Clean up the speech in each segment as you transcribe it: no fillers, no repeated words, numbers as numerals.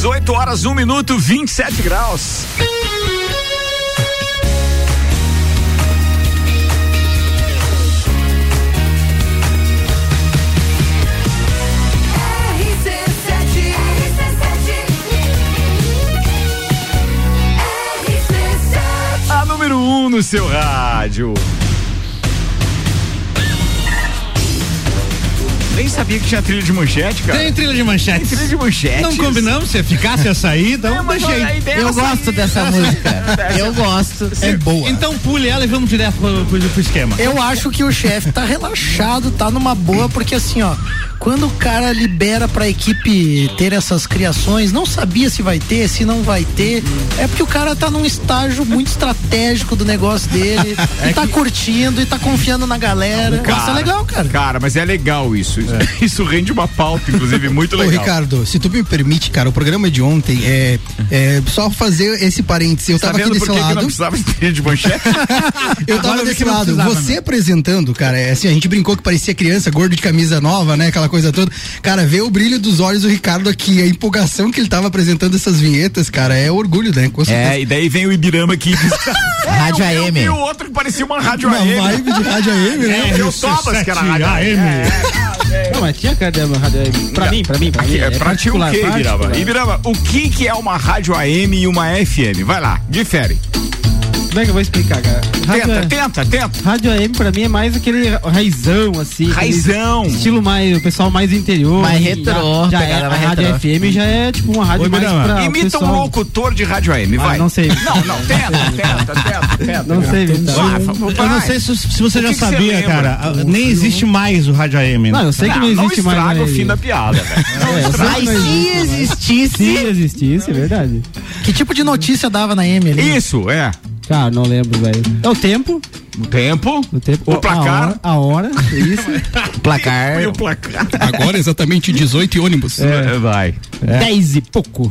18 horas, 1 minuto, 27 graus. A número 1 no seu rádio. Nem sabia que tinha trilha de manchete, cara. Tem trilha de manchete. Tem trilha de manchete. Não combinamos, se ficasse a sair, então deixei. Eu gosto dessa música. Eu gosto. É boa. Então pule ela e vamos direto pro esquema. Eu acho que o chefe tá relaxado, tá numa boa, porque assim, ó, quando o cara libera pra equipe ter essas criações, não sabia se vai ter, se não vai ter, é porque o cara tá num estágio muito estratégico do negócio dele, e tá curtindo e tá confiando na galera. Isso é legal, cara. Cara, mas é legal isso. Isso rende uma pauta, inclusive, muito legal. Ô, Ricardo, se tu me permite, cara, o programa de ontem só fazer esse parênteses. Eu tava aqui desse lado. Que não precisava de manchete? Eu tava desse lado. Você apresentando, cara, assim, a gente brincou que parecia criança, gordo de camisa nova, né? Aquela coisa toda. Cara, ver o brilho dos olhos do Ricardo aqui, a empolgação que ele tava apresentando essas vinhetas, cara, é orgulho, né? E daí vem o Ibirama aqui. Rádio AM. E o outro que parecia uma rádio AM. Uma vibe de rádio AM, né? Eu Thomas, que era rádio AM. Não, mas tinha cadê uma rádio AM? Pra mim. Pra ti o quê, Ibirama? Ibirama, o que é uma rádio AM e uma FM? Vai lá, difere. Como é que eu vou explicar, cara? Tenta. Rádio AM pra mim é mais aquele raizão, assim. Raizão. Estilo mais, o pessoal mais interior. Mais retrô. Já é, a rádio FM já é tipo uma rádio mais pra imita pessoal. Um locutor de rádio AM, vai. Não sei. Não, tenta. Não sei, Eu não sei se você já sabia, cara, nem existe mais o rádio AM. Não, eu sei que não existe mais. Não estraga o fim da piada, velho. Mas se existisse, é verdade. Que tipo de notícia dava na AM ali? Isso, é. Cara, não lembro, velho. É o tempo. O placar. A hora. Isso. Placar. E o placar. Agora exatamente 18 ônibus. Vai. 10 e pouco.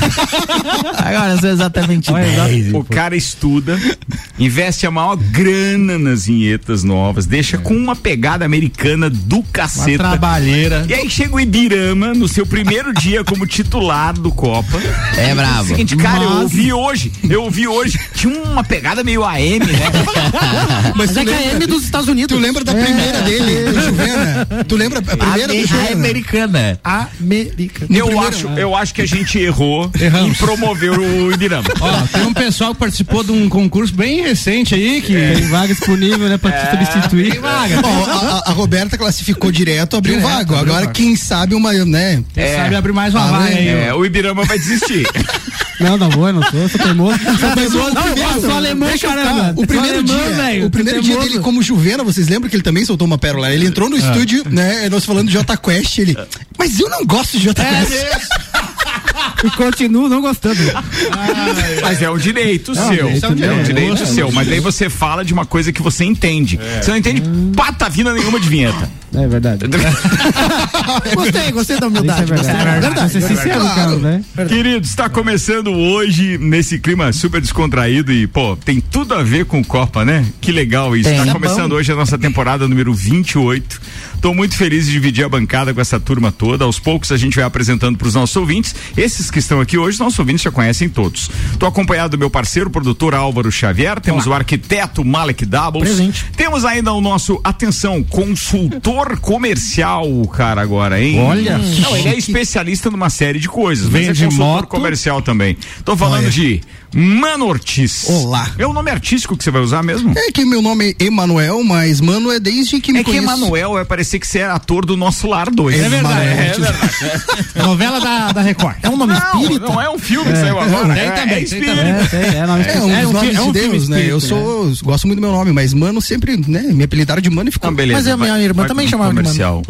Agora são exatamente 10. O cara estuda, investe a maior grana nas vinhetas novas, deixa com uma pegada americana do caceta. Uma trabalheira. E aí chega o Ibirama no seu primeiro dia como titular do Copa. É bravo. É o seguinte, cara, eu ouvi hoje, tinha uma pegada meio AM, né? Mas é que é AM dos Estados Unidos. Tu lembra da primeira dele, do Juvena? Tu lembra a primeira do Juvena? Americana. Eu acho que a gente errou em promover o Ibirama. Ó, tem um pessoal que participou de um concurso bem recente aí, que tem vaga disponível, né, pra te substituir. Tem vaga. A Roberta classificou direto, abriu vaga. Agora, quem sabe uma, né? Quem sabe abrir mais uma vaga aí. O Ibirama vai desistir. Não vou, não sou teimoso. Eu sou alemão, caramba. O primeiro dia dele como Juvena, vocês lembram que ele também soltou uma pérola? Ele entrou no estúdio, né? Nós falando de Jota Quest, ele. Mas eu não gosto de Jota Quest. E continuo não gostando. Mas é um direito seu. É um direito seu. Mas aí você fala de uma coisa que você entende. Você não entende patavina nenhuma de vinheta. É verdade. Gostei da humildade. É verdade. Ser sincero, cara, né? Queridos, está começando hoje nesse clima super descontraído e, pô, tem tudo a ver com Copa, né? Que legal isso. Está começando hoje a nossa temporada número 28. Tô muito feliz de dividir a bancada com essa turma toda. Aos poucos a gente vai apresentando para os nossos ouvintes. Esses que estão aqui hoje, nossos ouvintes já conhecem todos. Tô acompanhado do meu parceiro, produtor Álvaro Xavier. Temos o arquiteto Malek Doubles. Presente. Temos ainda o nosso, atenção, consultor comercial, cara, agora, hein? Olha. Não, ele é especialista numa série de coisas. Vende mas é consultor moto. comercial também. Tô falando de Mano Ortiz. Olá. É o nome artístico que você vai usar mesmo? É que meu nome é Emanuel, mas Mano é desde que me conheço. É que Emanuel vai parecer que você é ator do Nosso Lar 2. É verdade. É verdade. Novela da Record. É um nome espírita? Não é um filme que saiu agora. Tem também. É um dos nomes de Deus, né? Eu gosto muito do meu nome, mas Mano sempre, né? Me apelidaram de Mano e ficou. Beleza, mas a minha irmã também chamava de Mano.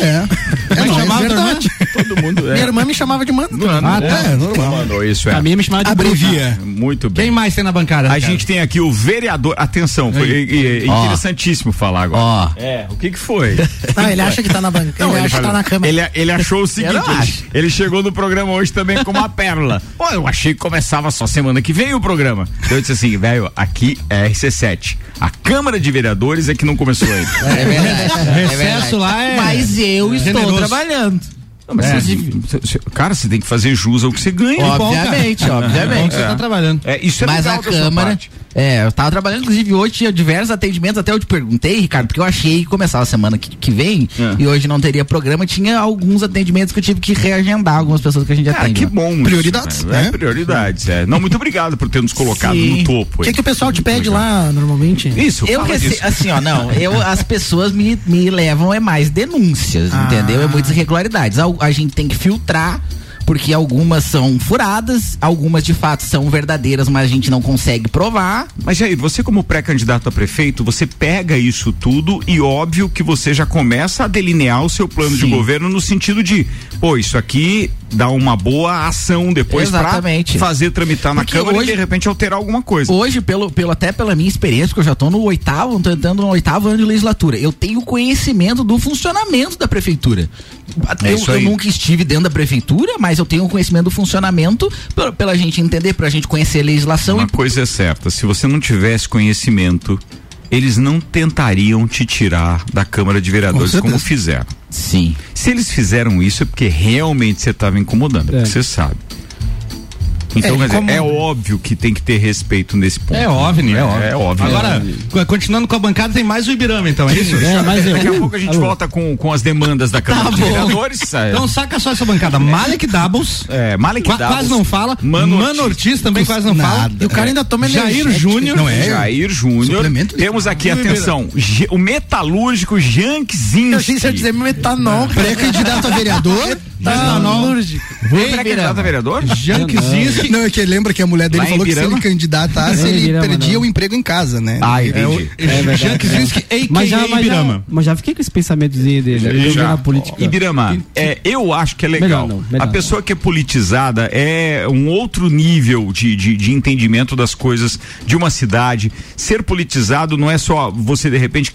É verdade. Todo mundo. Minha irmã me chamava de Mano. Normal. Isso é. A minha me chamava de Abrevia. Muito bem. Quem mais tem na bancada? A gente tem aqui o vereador. Atenção, foi interessantíssimo falar agora. O que foi? Não, ele acha que tá na bancada. Ele acha que tá na cama. Ele achou o seguinte: ele chegou no programa hoje também com uma pérola. Pô, eu achei que começava só semana que vem o programa. Eu disse assim, velho, aqui é RC7. A Câmara de Vereadores é que não começou ainda. É verdade. Recesso lá é. Mas eu estou trabalhando. Não, mas cara, você tem que fazer jus ao que você ganha. Obviamente. Você tá trabalhando. Isso é mas legal a Câmara. Eu tava trabalhando, inclusive, hoje tinha diversos atendimentos, até eu te perguntei, Ricardo, porque eu achei que começava a semana que vem, e hoje não teria programa, tinha alguns atendimentos que eu tive que reagendar algumas pessoas que a gente atende. Que bom. Prioridades, isso, né? Prioridades, Não, muito obrigado por ter nos colocado no topo. O que o pessoal te pede lá, normalmente? Isso, assim, as pessoas me levam mais denúncias, entendeu? É muitas irregularidades. A gente tem que filtrar, porque algumas são furadas, algumas de fato são verdadeiras, mas a gente não consegue provar. Mas Jair, você como pré-candidato a prefeito, você pega isso tudo e óbvio que você já começa a delinear o seu plano de governo no sentido de, isso aqui dá uma boa ação depois para fazer tramitar na Câmara e de repente alterar alguma coisa. Hoje, até pela minha experiência, que eu já tô no entrando no 8º ano de legislatura, eu tenho conhecimento do funcionamento da prefeitura. Eu nunca estive dentro da prefeitura, mas eu tenho conhecimento do funcionamento pela gente entender, pra gente conhecer a legislação. Uma coisa é certa, se você não tivesse conhecimento, eles não tentariam te tirar da Câmara de Vereadores como fizeram. Sim. Se eles fizeram isso é porque realmente você estava incomodando, porque você sabe. Então, quer dizer, é óbvio que tem que ter respeito nesse ponto. É óbvio. Agora, continuando com a bancada, tem mais o Ibirama, então, é isso? Daqui a pouco a gente volta com as demandas da Câmara de Vereadores. Então saca só essa bancada. Malek Doubles. Quase não fala. Mano Ortiz também quase não fala. E o cara ainda toma Jair Júnior. Jair Júnior. Temos aqui, atenção, o metalúrgico Jankzinski. Eu achei que você ia dizer metanol. Pré-candidato a vereador. Pré-candidato a vereador? Jankzinski. Não, é que lembra que a mulher dele falou que se ele candidatasse, ele perdia o emprego em casa, né? Entendi. Jankzinski, a.k.a. Ibirama. Mas já fiquei com esse pensamentozinho dele. Na política. Ibirama, eu acho que é legal. Melhor não. A pessoa que é politizada é um outro nível de entendimento das coisas de uma cidade. Ser politizado não é só você de repente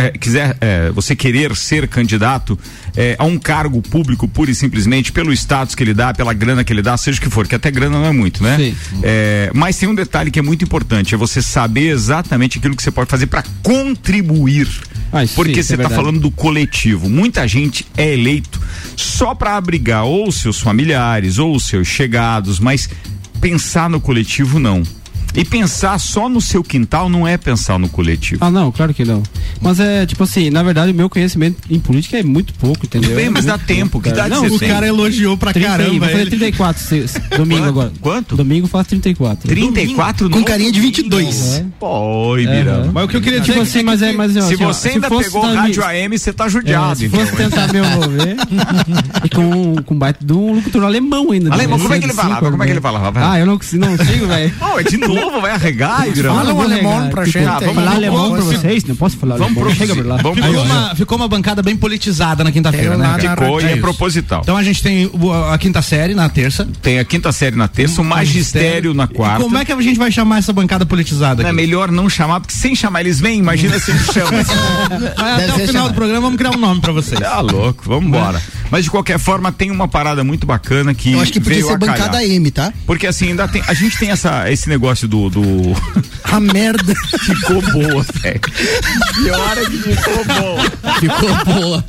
você querer ser candidato a um cargo público pura e simplesmente pelo status que ele dá, pela grana que ele dá, seja o que for, que até grana não é muito, né? Sim. Mas tem um detalhe que é muito importante, é você saber exatamente aquilo que você pode fazer para contribuir. Porque você está falando do coletivo. Muita gente é eleito só para abrigar ou os seus familiares ou os seus chegados, mas pensar no coletivo não. E pensar só no seu quintal não é pensar no coletivo. Não, claro que não. Mas é tipo assim, na verdade o meu conhecimento em política é muito pouco, entendeu? Bem, mas dá tempo. Que idade você tem? O cara elogiou pra caramba. Vou fazer 34 domingo agora. Quanto? Domingo faço 34. 34? Com carinha de 22. Pô, Ibirama. Mas o que eu queria dizer tipo assim, se você ainda pegou o rádio AM, você tá judiado. Se fosse tentar me envolver e com baita de um locutor alemão ainda. Alemão, como é que ele falava? Como é que ele falava? Eu não sigo, velho. É de novo, vai arregar, Ibirama. Fala um alemão pra gente. Vamos falar alemão pra vocês? Não posso falar alemão. Chega por lá. Ficou uma bancada bem politizada na quinta-feira, né? Ficou e é proposital. Então a gente tem a quinta série na terça. Tem a quinta série na terça, o magistério na quarta. Como é que a gente vai chamar essa bancada politizada aqui? É melhor não chamar, porque sem chamar eles vêm, imagina se eles chamam. Até o final do programa vamos criar um nome pra vocês. Louco, vamos embora. Mas de qualquer forma tem uma parada muito bacana que eu acho que podia ser bancada M, tá? Porque assim, a gente tem esse negócio do a merda. Ficou boa, velho. Pior é que ficou boa. Ficou boa.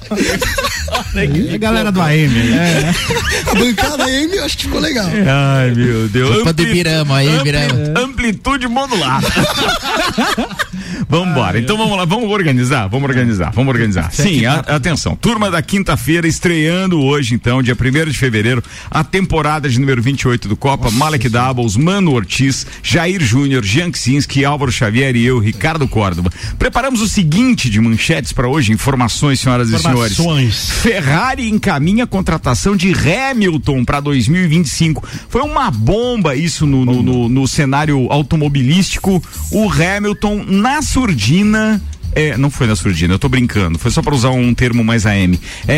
A galera do AM. A bancada AM eu acho que ficou legal. Ai, meu Deus. Culpa do Ibirama, amplitude modulada. Vamos embora. Então vamos lá, vamos organizar. Sim, atenção. Turma da quinta-feira estreando hoje, então, dia 1º de fevereiro, a temporada de número 28 do Copa. Malek Doubles, Mano Ortiz, Jair Júnior, Jankzinski, Álvaro Xavier e eu, Ricardo Córdova. Preparamos o seguinte de manchetes para hoje, informações, senhoras e senhores. Ferrari encaminha a contratação de Hamilton para 2025. Foi uma bomba isso no cenário automobilístico. O Hamilton na surdina. Não foi na surdina, eu tô brincando, foi só pra usar um termo mais AM.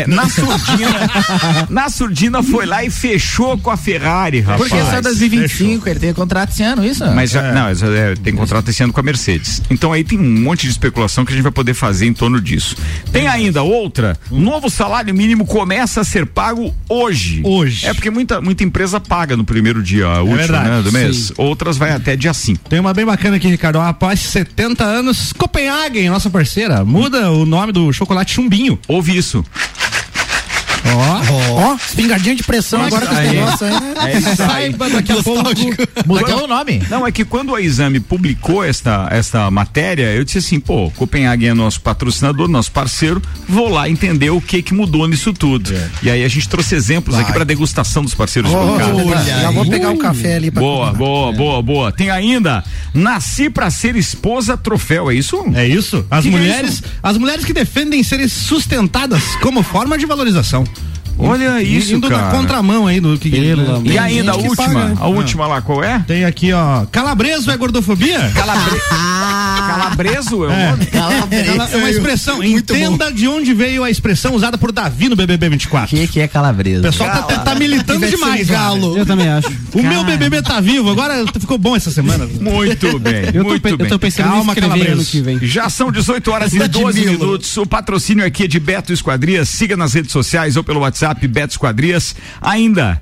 Na surdina foi lá e fechou com a Ferrari, rapaz. Porque só 2025, ele tem contrato esse ano, isso? Mas tem contrato esse ano com a Mercedes. Então aí tem um monte de especulação que a gente vai poder fazer em torno disso. Tem ainda outra, novo salário mínimo começa a ser pago hoje. É porque muita empresa paga no primeiro dia útil, né, do mês. Sim. Outras vai até dia 5. Tem uma bem bacana aqui, Ricardo. Após 70 anos, Copenhagen, nossa parceira, muda o nome do chocolate Chumbinho. Ouve isso. Ó, espingardinha de pressão. Nossa, agora com esse negócio aí. É isso aí. Daqui a pouco mudou o nome. Não, é que quando a Exame publicou esta matéria, eu disse assim, pô, Copenhagen é nosso patrocinador, nosso parceiro, vou lá entender o que mudou nisso tudo. E aí a gente trouxe exemplos aqui para degustação dos parceiros de bancada. Já vou pegar o café ali. Boa. Tem ainda, nasci pra ser esposa troféu, é isso? É isso. As mulheres que defendem serem sustentadas como forma de valorização. Olha isso, indo cara. Na contramão aí do que E ainda a última lá, qual é? Tem aqui, ó, calabreso é gordofobia? Calabreso é o nome? É uma expressão, entenda de onde veio a expressão usada por Davi no BBB 24. O que é calabreso? O pessoal tá militando demais, Galo. Eu também acho. O meu BBB tá vivo, agora ficou bom essa semana. Muito bem, eu tô pensando em escrever ano que vem. Já são 18 horas e 12 minutos, o patrocínio aqui é de Beto Esquadrias, siga nas redes sociais ou pelo WhatsApp Beto Esquadrias, ainda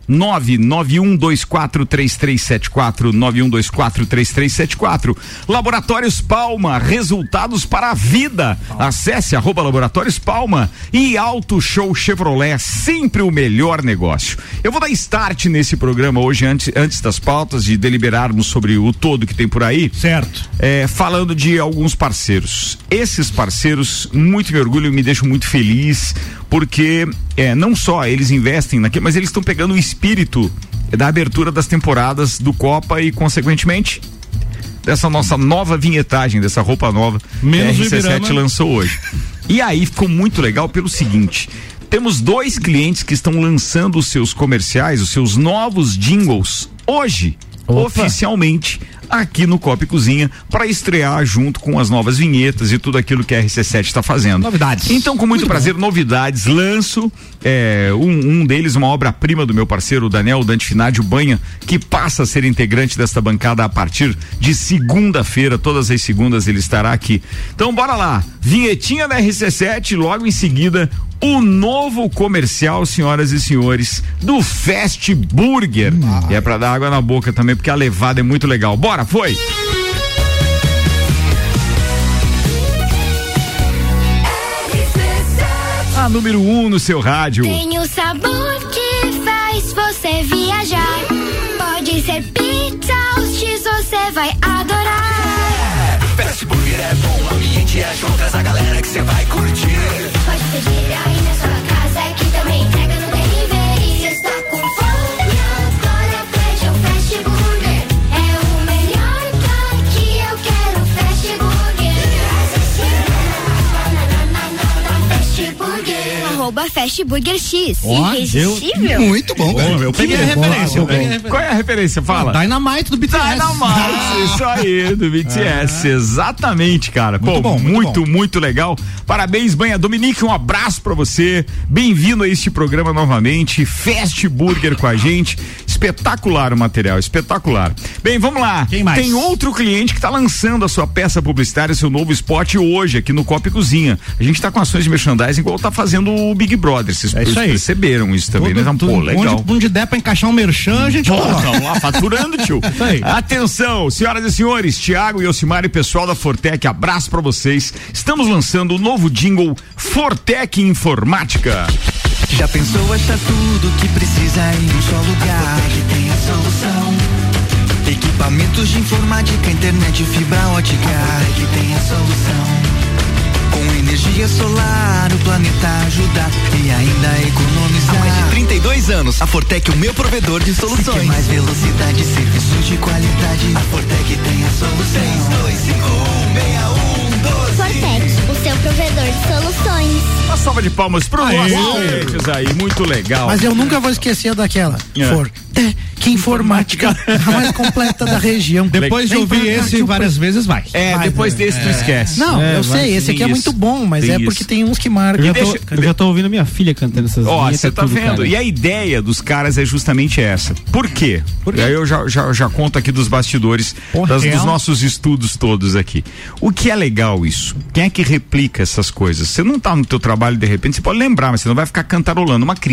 991243374, 91243374. Laboratórios Palma, resultados para a vida. Acesse @Laboratórios Palma e Auto Show Chevrolet, sempre o melhor negócio. Eu vou dar start nesse programa hoje, antes das pautas, de deliberarmos sobre o todo que tem por aí. Certo. Falando de alguns parceiros. Esses parceiros, muito me orgulho e me deixam muito feliz, porque não só eles investem naquilo, mas eles estão pegando o espírito da abertura das temporadas do Copa e, consequentemente, dessa nossa nova vinhetagem, dessa roupa nova que a RC7 lançou hoje. E aí ficou muito legal pelo seguinte: temos 2 clientes que estão lançando os seus comerciais, os seus novos jingles hoje, oficialmente, aqui no Copa e Cozinha, para estrear junto com as novas vinhetas e tudo aquilo que a RC7 está fazendo. Novidades. Então, com muito prazer, novidades, lanço um deles, uma obra-prima do meu parceiro, o Daniel Dante Finardi Banha, que passa a ser integrante desta bancada a partir de segunda-feira, todas as segundas ele estará aqui. Então, bora lá, vinhetinha da RC7, logo em seguida, o novo comercial, senhoras e senhores, do Fast Burger. E é pra dar água na boca também, porque a levada é muito legal. Bora, foi! A número 1 no seu rádio. Tem o sabor que faz você viajar. Pode ser pizza ou X, você vai adorar. Fast Burger é bom, o ambiente é show, traz a galera que você vai curtir. Pode pedir aí na sua casa, que também entrega no delivery. Se está com fome, agora pede o Fast Burger. É o melhor que eu quero, Fast Burger. Fast Burger. @Fast Burger X. Irresistível. Muito bom, cara. Eu peguei a referência. Qual é a referência? Fala. Dynamite do BTS. Isso aí, do BTS. Exatamente, cara. Muito legal. Parabéns, Banha. Dominique, um abraço pra você. Bem-vindo a este programa novamente. Fast Burger com a gente. Espetacular o material, espetacular. Bem, vamos lá. Quem mais? Tem outro cliente que tá lançando a sua peça publicitária, seu novo spot hoje aqui no Copa e Cozinha. A gente tá com ações de merchandising igual tá fazendo o Big Brother. Vocês perceberam isso também, né? Então, legal. Onde der pra encaixar um merchan, a gente vamos lá, faturando, tio. Atenção, senhoras e senhores, Thiago e Elcimar e pessoal da Fortec, abraço pra vocês. Estamos lançando o novo jingle Fortec Informática. Já pensou achar tudo que precisa em um só lugar? A Fortec tem a solução. Equipamentos de informática, internet, fibra ótica. A Fortec tem a solução. Com energia solar, o planeta ajuda e ainda economizar. Há mais de 32 anos, a Fortec é o meu provedor de soluções. Se quer mais velocidade, serviços de qualidade, a Fortec tem a solução. 62516112. Fortec, o seu provedor de soluções. Uma salva de palmas pro nossos clientes aí, muito legal. Mas eu nunca vou esquecer daquela. Fortec Informática, a mais completa da região. Depois de ouvir esse várias vezes, vai. Depois desse tu esquece. Não, eu sei, esse aqui é muito bom, mas é porque tem uns que marcam. Eu já tô ouvindo minha filha cantando essas vinhetas. Você tá vendo? Cara. E a ideia dos caras é justamente essa. Por quê? E aí eu já conto aqui dos bastidores, dos nossos estudos todos aqui. O que é legal isso? Quem é que replica essas coisas? Você não tá no teu trabalho, de repente, você pode lembrar, mas você não vai ficar cantarolando. Uma criança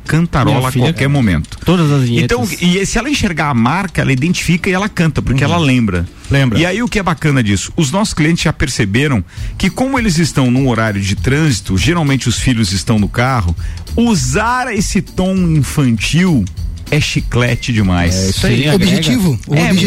cantarola a qualquer momento. Todas as vinhetas. Então, e se ela enxergar a marca, ela identifica e ela canta, porque ela lembra. E aí o que é bacana disso? Os nossos clientes já perceberam que, como eles estão num horário de trânsito, geralmente os filhos estão no carro, usar esse tom infantil é chiclete demais. Isso aí. O objetivo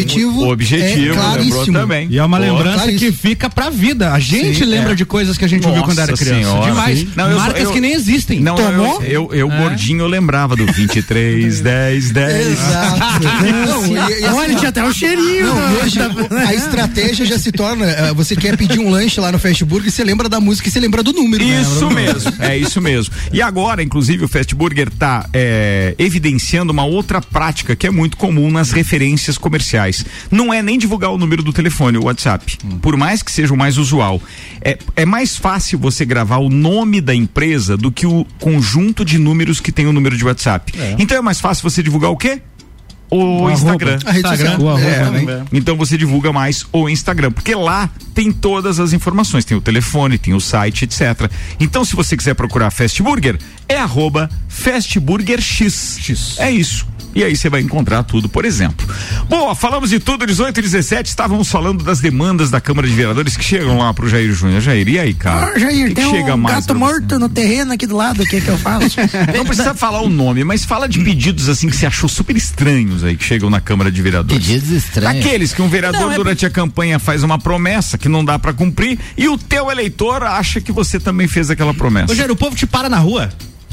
é claríssimo. Também. E é uma lembrança que fica pra vida. A gente lembra de coisas que a gente ouviu quando era criança. Senhora. Demais. Não, marcas que nem existem. Não, eu gordinho, eu lembrava do 23, 10, 10. Exato. Olha, tinha até um cheirinho. Hoje, a estratégia já se torna, você quer pedir um lanche lá no Fast Burger e você lembra da música e você lembra do número. Isso mesmo, é isso mesmo. E agora, inclusive, o Fast Burger tá evidenciando uma outra prática que é muito comum nas referências comerciais. Não é nem divulgar o número do telefone, o WhatsApp. Por mais que seja o mais usual. É mais fácil você gravar o nome da empresa do que o conjunto de números que tem o número de WhatsApp. Então é mais fácil você divulgar o quê? O Instagram. A rede social. Então você divulga mais o Instagram, porque lá tem todas as informações, tem o telefone, tem o site, etc. Então, se você quiser procurar Fast Burger, é @FastBurgerX. É isso. E aí você vai encontrar tudo, por exemplo. Boa, falamos de tudo, 18 e 17, estávamos falando das demandas da Câmara de Vereadores que chegam lá pro Jair Júnior. Jair, e aí, cara? Jair, tem um gato morto no terreno aqui do lado, o que eu faço? Não precisa falar o nome, mas fala de pedidos assim que você achou super estranhos aí, que chegam na Câmara de Vereadores. Pedidos estranhos. Aqueles que um vereador durante a campanha faz uma promessa que não dá pra cumprir e o teu eleitor acha que você também fez aquela promessa. Ô, Jair, o povo te para na rua?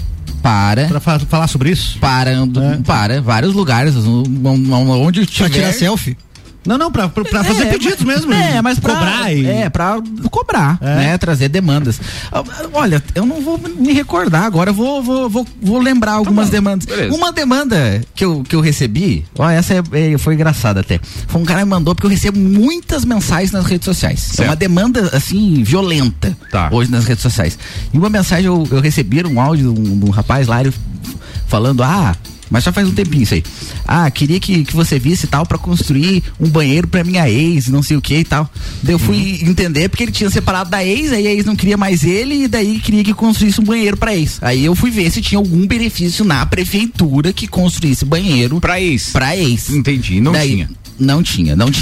Pra falar sobre isso? Para vários lugares, onde tiver. Pra tirar selfie? Não, pra fazer pedidos mesmo. Mas pra cobrar. Pra cobrar, né? Trazer demandas. Olha, eu não vou me recordar agora, vou lembrar algumas demandas. Beleza. Uma demanda que eu recebi, essa foi engraçada até. Foi um cara que me mandou, porque eu recebo muitas mensagens nas redes sociais. Certo. É uma demanda, assim, violenta hoje nas redes sociais. E uma mensagem eu recebi, um áudio de um rapaz lá, ele falando, mas só faz um tempinho isso aí. Queria que você visse tal pra construir um banheiro pra minha ex, não sei o que e tal. Daí eu fui entender porque ele tinha separado da ex, aí a ex não queria mais ele e daí queria que construísse um banheiro pra ex. Aí eu fui ver se tinha algum benefício na prefeitura que construísse banheiro pra ex. Entendi, tinha. Não tinha. Mas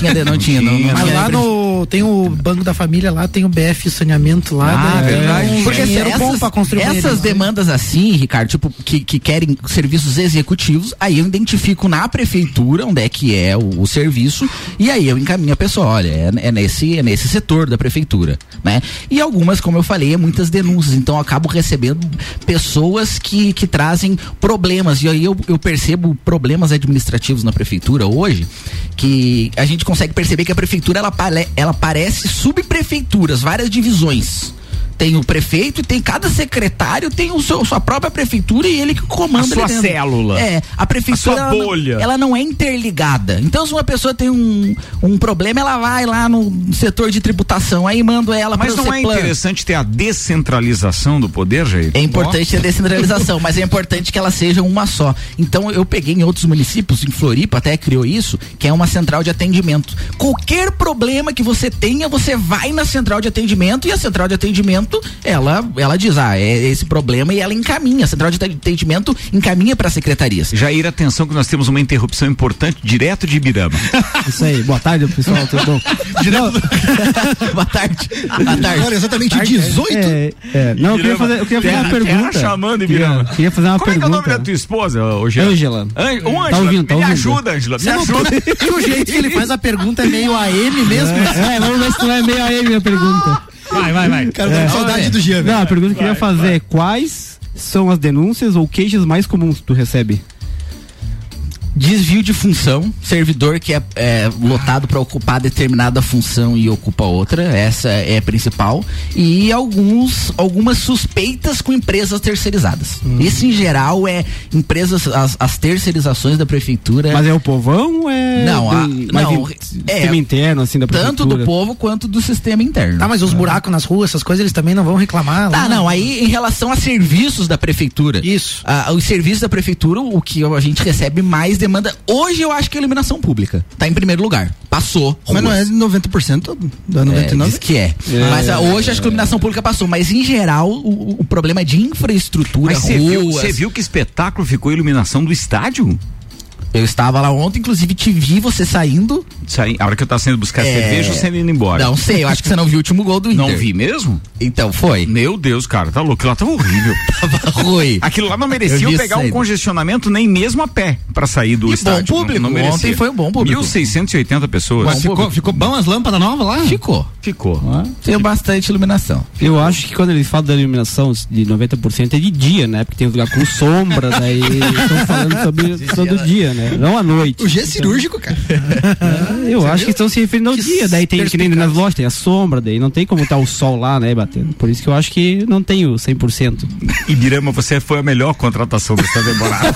lá tem o Banco da Família, lá tem o BF Saneamento lá. Verdade. Porque bom pra construir essas demandas assim, Ricardo, tipo, que querem serviços executivos, aí eu identifico na prefeitura onde é que é o serviço e aí eu encaminho a pessoa, olha, é nesse setor da prefeitura, né? E algumas, como eu falei, muitas denúncias, então eu acabo recebendo pessoas que trazem problemas e aí eu percebo problemas administrativos na prefeitura hoje, que a gente consegue perceber que a prefeitura ela parece subprefeituras, várias divisões. Tem o prefeito e tem cada secretário tem sua própria prefeitura e ele que comanda a sua célula. A prefeitura, a sua bolha. Ela não é interligada. Então, se uma pessoa tem um problema, ela vai lá no setor de tributação, aí manda ela para o Mas não é interessante ter a descentralização do poder, Jair? É importante ter a descentralização, mas é importante que ela seja uma só. Então, eu peguei em outros municípios, em Floripa até criou isso, que é uma central de atendimento. Qualquer problema que você tenha, você vai na central de atendimento e a central de atendimento ela diz, é esse problema e ela encaminha, a central de atendimento encaminha para secretarias. Jair, atenção que nós temos uma interrupção importante direto de Ibirama. Isso aí, boa tarde pessoal, tudo bom? Boa tarde. Agora exatamente 18. Não, eu queria fazer uma pergunta. Chamando Ibirama. Queria fazer uma pergunta. Como é que é o nome da tua esposa, Ângela? Tá ouvindo? Me ajuda, Ângela, me ajuda. E o jeito que ele faz a pergunta é meio AM mesmo? Vamos ver se não é meio AM a pergunta. Vai. Cara, saudade do Jean. Não, a pergunta que eu queria fazer é quais são as denúncias ou queixas mais comuns que tu recebe? Desvio de função, servidor que é lotado para ocupar determinada função e ocupa outra, essa é a principal, e algumas suspeitas com empresas terceirizadas. Isso em geral é empresas, as terceirizações da prefeitura. Mas é o povão ou é sistema interno assim da prefeitura? Tanto do povo quanto do sistema interno. Mas os buracos nas ruas, essas coisas eles também não vão reclamar. Aí em relação a serviços da prefeitura. Isso. Os serviços da prefeitura, o que a gente recebe mais demanda. Hoje eu acho que a iluminação pública tá em primeiro lugar. Passou. Mas não é 90%, dá 99%. Diz que é. Mas hoje acho que a iluminação pública passou. Mas em geral, o problema é de infraestrutura. Mas você viu que espetáculo ficou a iluminação do estádio? Eu estava lá ontem, inclusive te vi você saindo. A hora que eu tava saindo buscar cerveja ou você indo embora? Não sei, eu acho que você não viu o último gol do Inter. Não vi mesmo? Então, foi. Meu Deus, cara, tá louco. Aquilo lá tava horrível. Tava ruim. Aquilo lá não merecia pegar um congestionamento nem mesmo a pé pra sair do estádio. Bom público, não merecia. Ontem foi um bom público. 1.680 pessoas. Mas ficou bom as lâmpadas novas lá? Ficou. Tem bastante iluminação. Eu acho que quando eles falam da iluminação de 90% é de dia, né? Porque tem lugar com sombra, daí estão falando sobre todo dia, né? Não à noite. O G é cirúrgico, cara. Eu acho que estão se referindo ao dia, daí tem que nem nas lojas, tem a sombra, daí não tem como estar o sol lá, né, batendo. Por isso que eu acho que não tem o 100%. E Birama, você foi a melhor contratação dessa temporada.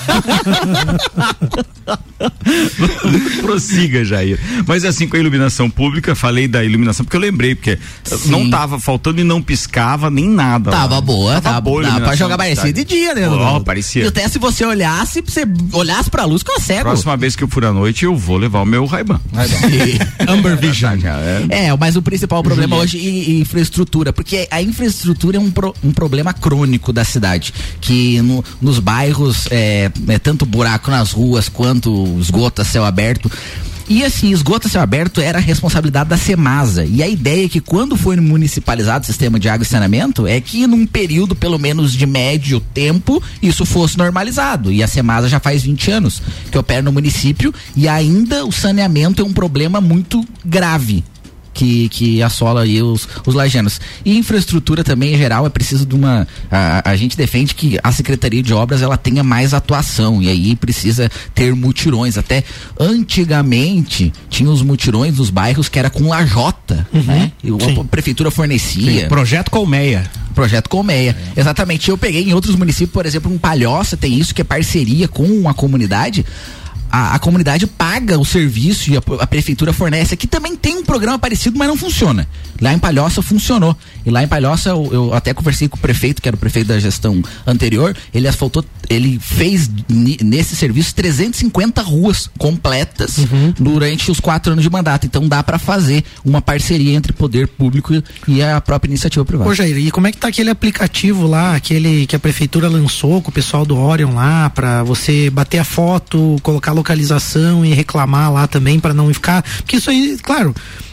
Prossiga, Jair. Mas assim, com a iluminação pública, falei da iluminação, porque eu lembrei, porque não tava faltando e não piscava nem nada. Tava boa, tava boa. Dá pra jogar parecia de dia, né? Parecia. E até se você olhasse pra luz, ficou cego. Próxima vez que eu for à noite, eu vou levar o meu Ray-Ban. Amber Vision. Mas o principal problema hoje é infraestrutura, porque a infraestrutura é um problema crônico da cidade, que nos bairros é tanto buraco nas ruas quanto esgoto a céu aberto. E assim, esgoto a céu aberto era a responsabilidade da Semasa. E a ideia é que quando foi municipalizado o sistema de água e saneamento, é que num período pelo menos de médio tempo, isso fosse normalizado. E a Semasa já faz 20 anos que opera no município e ainda o saneamento é um problema muito grave que assola aí os lajanos. E infraestrutura também, em geral, é preciso de uma... A gente defende que a Secretaria de Obras, ela tenha mais atuação, e aí precisa ter mutirões. Até antigamente, tinha os mutirões nos bairros que era com lajota, né? E a prefeitura fornecia. Sim. Projeto Colmeia. Exatamente. Eu peguei em outros municípios, por exemplo, em Palhoça tem isso, que é parceria com a comunidade. A comunidade paga o serviço e a prefeitura fornece. Aqui também tem um programa parecido, mas não funciona. Lá em Palhoça funcionou. E lá em Palhoça eu até conversei com o prefeito, que era o prefeito da gestão anterior. Ele fez nesse serviço 350 ruas completas durante os 4 anos de mandato. Então dá para fazer uma parceria entre poder público e a própria iniciativa privada. Ô Jair, e como é que tá aquele aplicativo lá, aquele que a prefeitura lançou com o pessoal do Orion lá, para você bater a foto, colocar localização e reclamar lá também, para não ficar, porque isso aí, claro,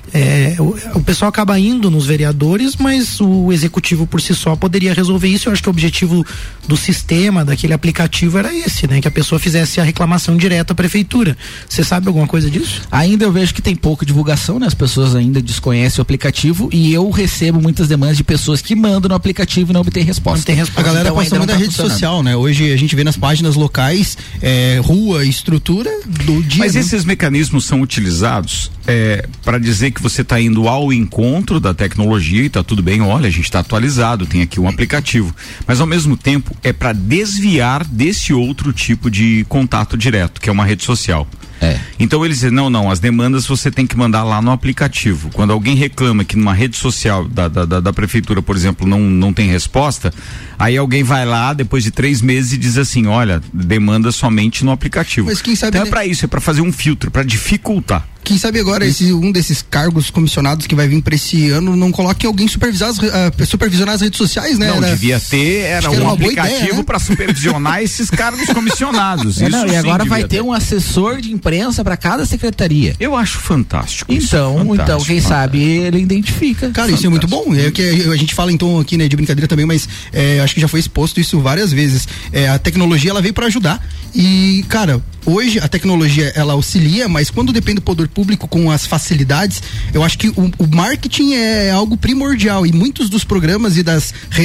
o pessoal acaba indo nos vereadores, mas o executivo por si só poderia resolver isso. Eu acho que o objetivo do sistema, daquele aplicativo era esse, né? Que a pessoa fizesse a reclamação direta à prefeitura. Você sabe alguma coisa disso? Ainda eu vejo que tem pouca divulgação, né? As pessoas ainda desconhecem o aplicativo e eu recebo muitas demandas de pessoas que mandam no aplicativo e não obtêm resposta. Não tem resposta. A galera passa muito da rede social, né? Hoje a gente vê nas páginas locais rua, estrutura do dia. Mas esses mecanismos são utilizados para dizer que você está indo ao encontro da tecnologia e está tudo bem, olha, a gente está atualizado, tem aqui um aplicativo, mas ao mesmo tempo é para desviar desse outro tipo de contato direto, que é uma rede social. Então eles dizem, não, as demandas você tem que mandar lá no aplicativo. Quando alguém reclama que numa rede social da prefeitura, por exemplo, não tem resposta, aí alguém vai lá depois de 3 meses e diz assim, olha, demanda somente no aplicativo. Mas quem sabe então é para isso, é para fazer um filtro, para dificultar. Quem sabe agora um desses cargos comissionados que vai vir para esse ano não coloque alguém supervisionar as redes sociais, né? Devia ter, um aplicativo, ideia, né? Para supervisionar esses cargos comissionados. E agora vai ter um assessor de imprensa para cada secretaria. Eu acho fantástico. Então, quem sabe ele identifica. Cara, isso é muito bom. É que a gente fala então aqui, né, de brincadeira também, mas acho que já foi exposto isso várias vezes. A tecnologia, ela veio para ajudar. E, cara, hoje a tecnologia, ela auxilia, mas quando depende do poder público com as facilidades, eu acho que o marketing é algo primordial, e muitos dos programas e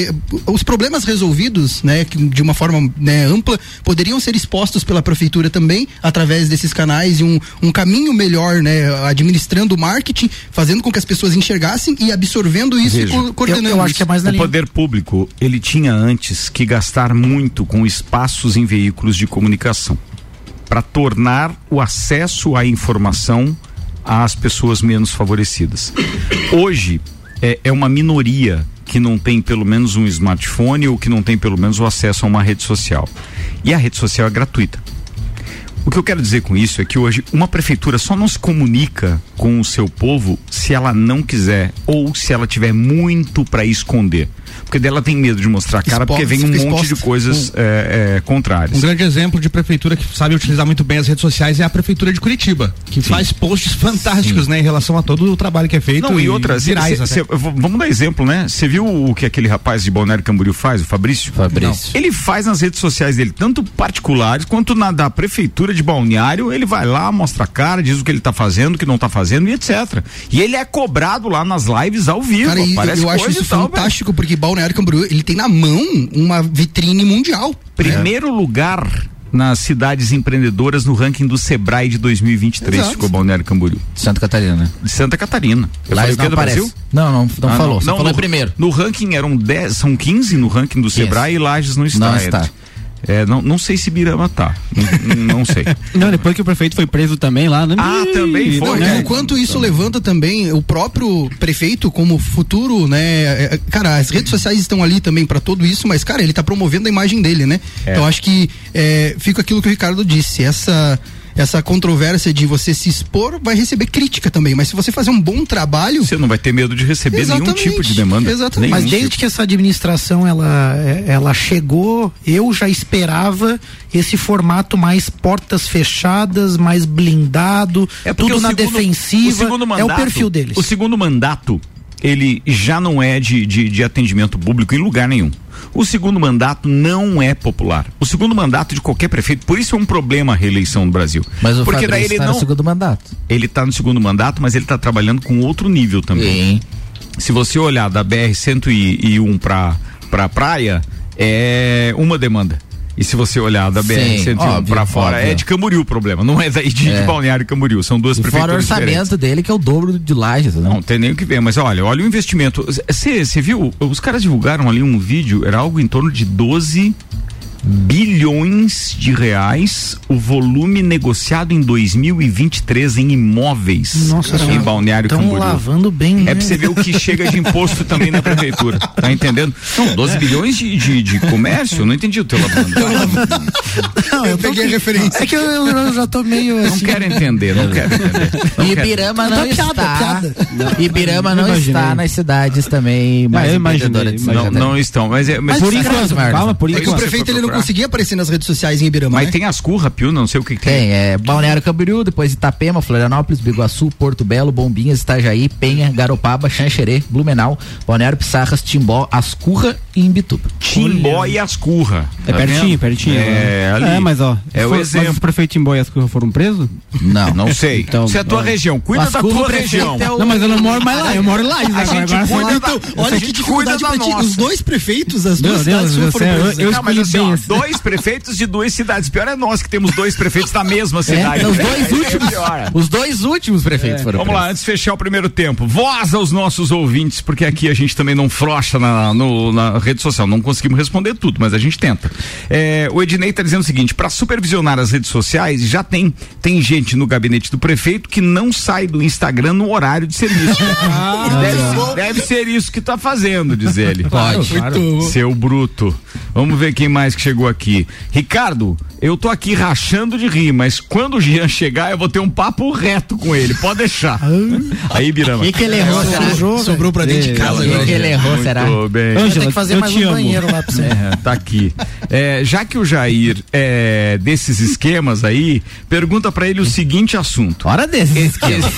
os problemas resolvidos, né, de uma forma, né, ampla, poderiam ser expostos pela prefeitura também, através desses canais, e um caminho melhor, né, administrando o marketing, fazendo com que as pessoas enxergassem e absorvendo isso. Veja, e coordenando. Eu acho que é mais na linha. O poder público, ele tinha antes que gastar muito com espaços em veículos de comunicação para tornar o acesso à informação às pessoas menos favorecidas. Hoje é uma minoria que não tem pelo menos um smartphone ou que não tem pelo menos o acesso a uma rede social. E a rede social é gratuita. O que eu quero dizer com isso é que hoje uma prefeitura só não se comunica com o seu povo se ela não quiser ou se ela tiver muito para esconder. Porque dela tem medo de mostrar a cara, porque vem um monte de coisas contrárias. Um grande exemplo de prefeitura que sabe utilizar muito bem as redes sociais é a prefeitura de Curitiba, que faz posts fantásticos, né, em relação a todo o trabalho que é feito. Não, e outras virais. Vamos dar exemplo, né? Você viu o que aquele rapaz de Balneário Camboriú faz, o Fabrício? Ele faz nas redes sociais dele, tanto particulares quanto na da prefeitura de Balneário, ele vai lá, mostra a cara, diz o que ele tá fazendo, o que não tá fazendo e etc. E ele é cobrado lá nas lives ao vivo. Cara, eu acho isso fantástico, porque Balneário Camboriú, ele tem na mão uma vitrine mundial. Primeiro lugar nas cidades empreendedoras no ranking do Sebrae de 2023. Exato. Ficou Balneário Camboriú. Santa Catarina, né? De Santa Catarina. Lá não aparece. Brasil? Não falou. Não, falou primeiro. No ranking eram 10, são 15 no ranking do Sebrae e Lages não está. Não está. Não sei se Birama tá. Não sei. Não, depois que o prefeito foi preso também lá. Também foi. Não, enquanto isso levanta também o próprio prefeito como futuro, né? Cara, as redes sociais estão ali também para tudo isso, mas, cara, ele tá promovendo a imagem dele, né? Então acho que fica aquilo que o Ricardo disse, essa controvérsia de você se expor vai receber crítica também, mas se você fazer um bom trabalho, você não vai ter medo de receber nenhum tipo de demanda. Exatamente. Mas desde que essa administração ela chegou, eu já esperava esse formato mais portas fechadas, mais blindado, tudo na defensiva. É o perfil deles. O segundo mandato, ele já não é de atendimento público em lugar nenhum. O segundo mandato não é popular. O segundo mandato de qualquer prefeito, por isso é um problema a reeleição no Brasil. Mas o porque daí ele no segundo mandato. Ele está no segundo mandato, mas ele está trabalhando com outro nível também. Sim. Se você olhar da BR-101 pra praia, é uma demanda. E se você olhar da BR-101 pra fora, é de Camboriú o problema, não é daí de Balneário Camboriú, são duas prefeituras diferentes. Fora o orçamento dele, que é o dobro de Lages. Não tem nem o que ver, mas olha o investimento. Você viu, os caras divulgaram ali um vídeo, era algo em torno de 12 bilhões de reais o volume negociado em 2023 em imóveis em Balneário Camboriú. Estão lavando bem, né? É pra você ver o que chega de imposto também na prefeitura, tá entendendo? Não, 12 bilhões de comércio, eu não entendi o teu lavando. Não, eu peguei a referência. É que eu já tô meio assim. Não quero entender. Ibirama não está. Ibirama não está nas cidades também mais empreendedoras. Não estão, mas por enquanto, calma, por enquanto. O prefeito ele não conseguia aparecer nas redes sociais em Ibirama. Mas tem as Curra, Pio, não sei o que tem. Tem, Balneário Camboriú, depois Itapema, Florianópolis, Biguaçu, Porto Belo, Bombinhas, Itajaí, Penha, Garopaba, Xanxerê, Blumenau, Balneário Pissarras, Timbó, Ascurra e Imbituba. Timbó e Ascurra. É pertinho. Ali. Mas ó. O exemplo. Mas o prefeito Timbó e Ascurra foram presos? Não sei. Então, se é a tua região, cuida da tua região. Não, mas eu não moro mais lá, eu moro lá. A gente cuida da olha que dificuldade pra ti. Os dois prefeitos, as duas cidades foram presos. Eu escolhi bem. Dois prefeitos de duas cidades. Pior é nós que temos dois prefeitos da mesma cidade. Os dois últimos prefeitos foram presos. Vamos lá, antes de fechar o primeiro tempo, voz aos nossos ouvintes, porque aqui a gente também não frouxa na rede social, não conseguimos responder tudo, mas a gente tenta. O Ednei está dizendo o seguinte: para supervisionar as redes sociais, já tem gente no gabinete do prefeito que não sai do Instagram no horário de serviço. Deve ser isso que está fazendo, diz ele. Pode. Seu bruto. Vamos ver quem mais que chegou aqui. Ricardo, eu tô aqui rachando de rir, mas quando o Jean chegar, eu vou ter um papo reto com ele, pode deixar. Aí, Birama. O que ele errou, será? Sobrou pra dentro de casa. O que ele errou, será? Bem. Ângela, tem que fazer mais um banheiro lá pra você. Tá aqui. Já que o Jair desses esquemas aí, pergunta pra ele o seguinte assunto. Hora desses esquemas.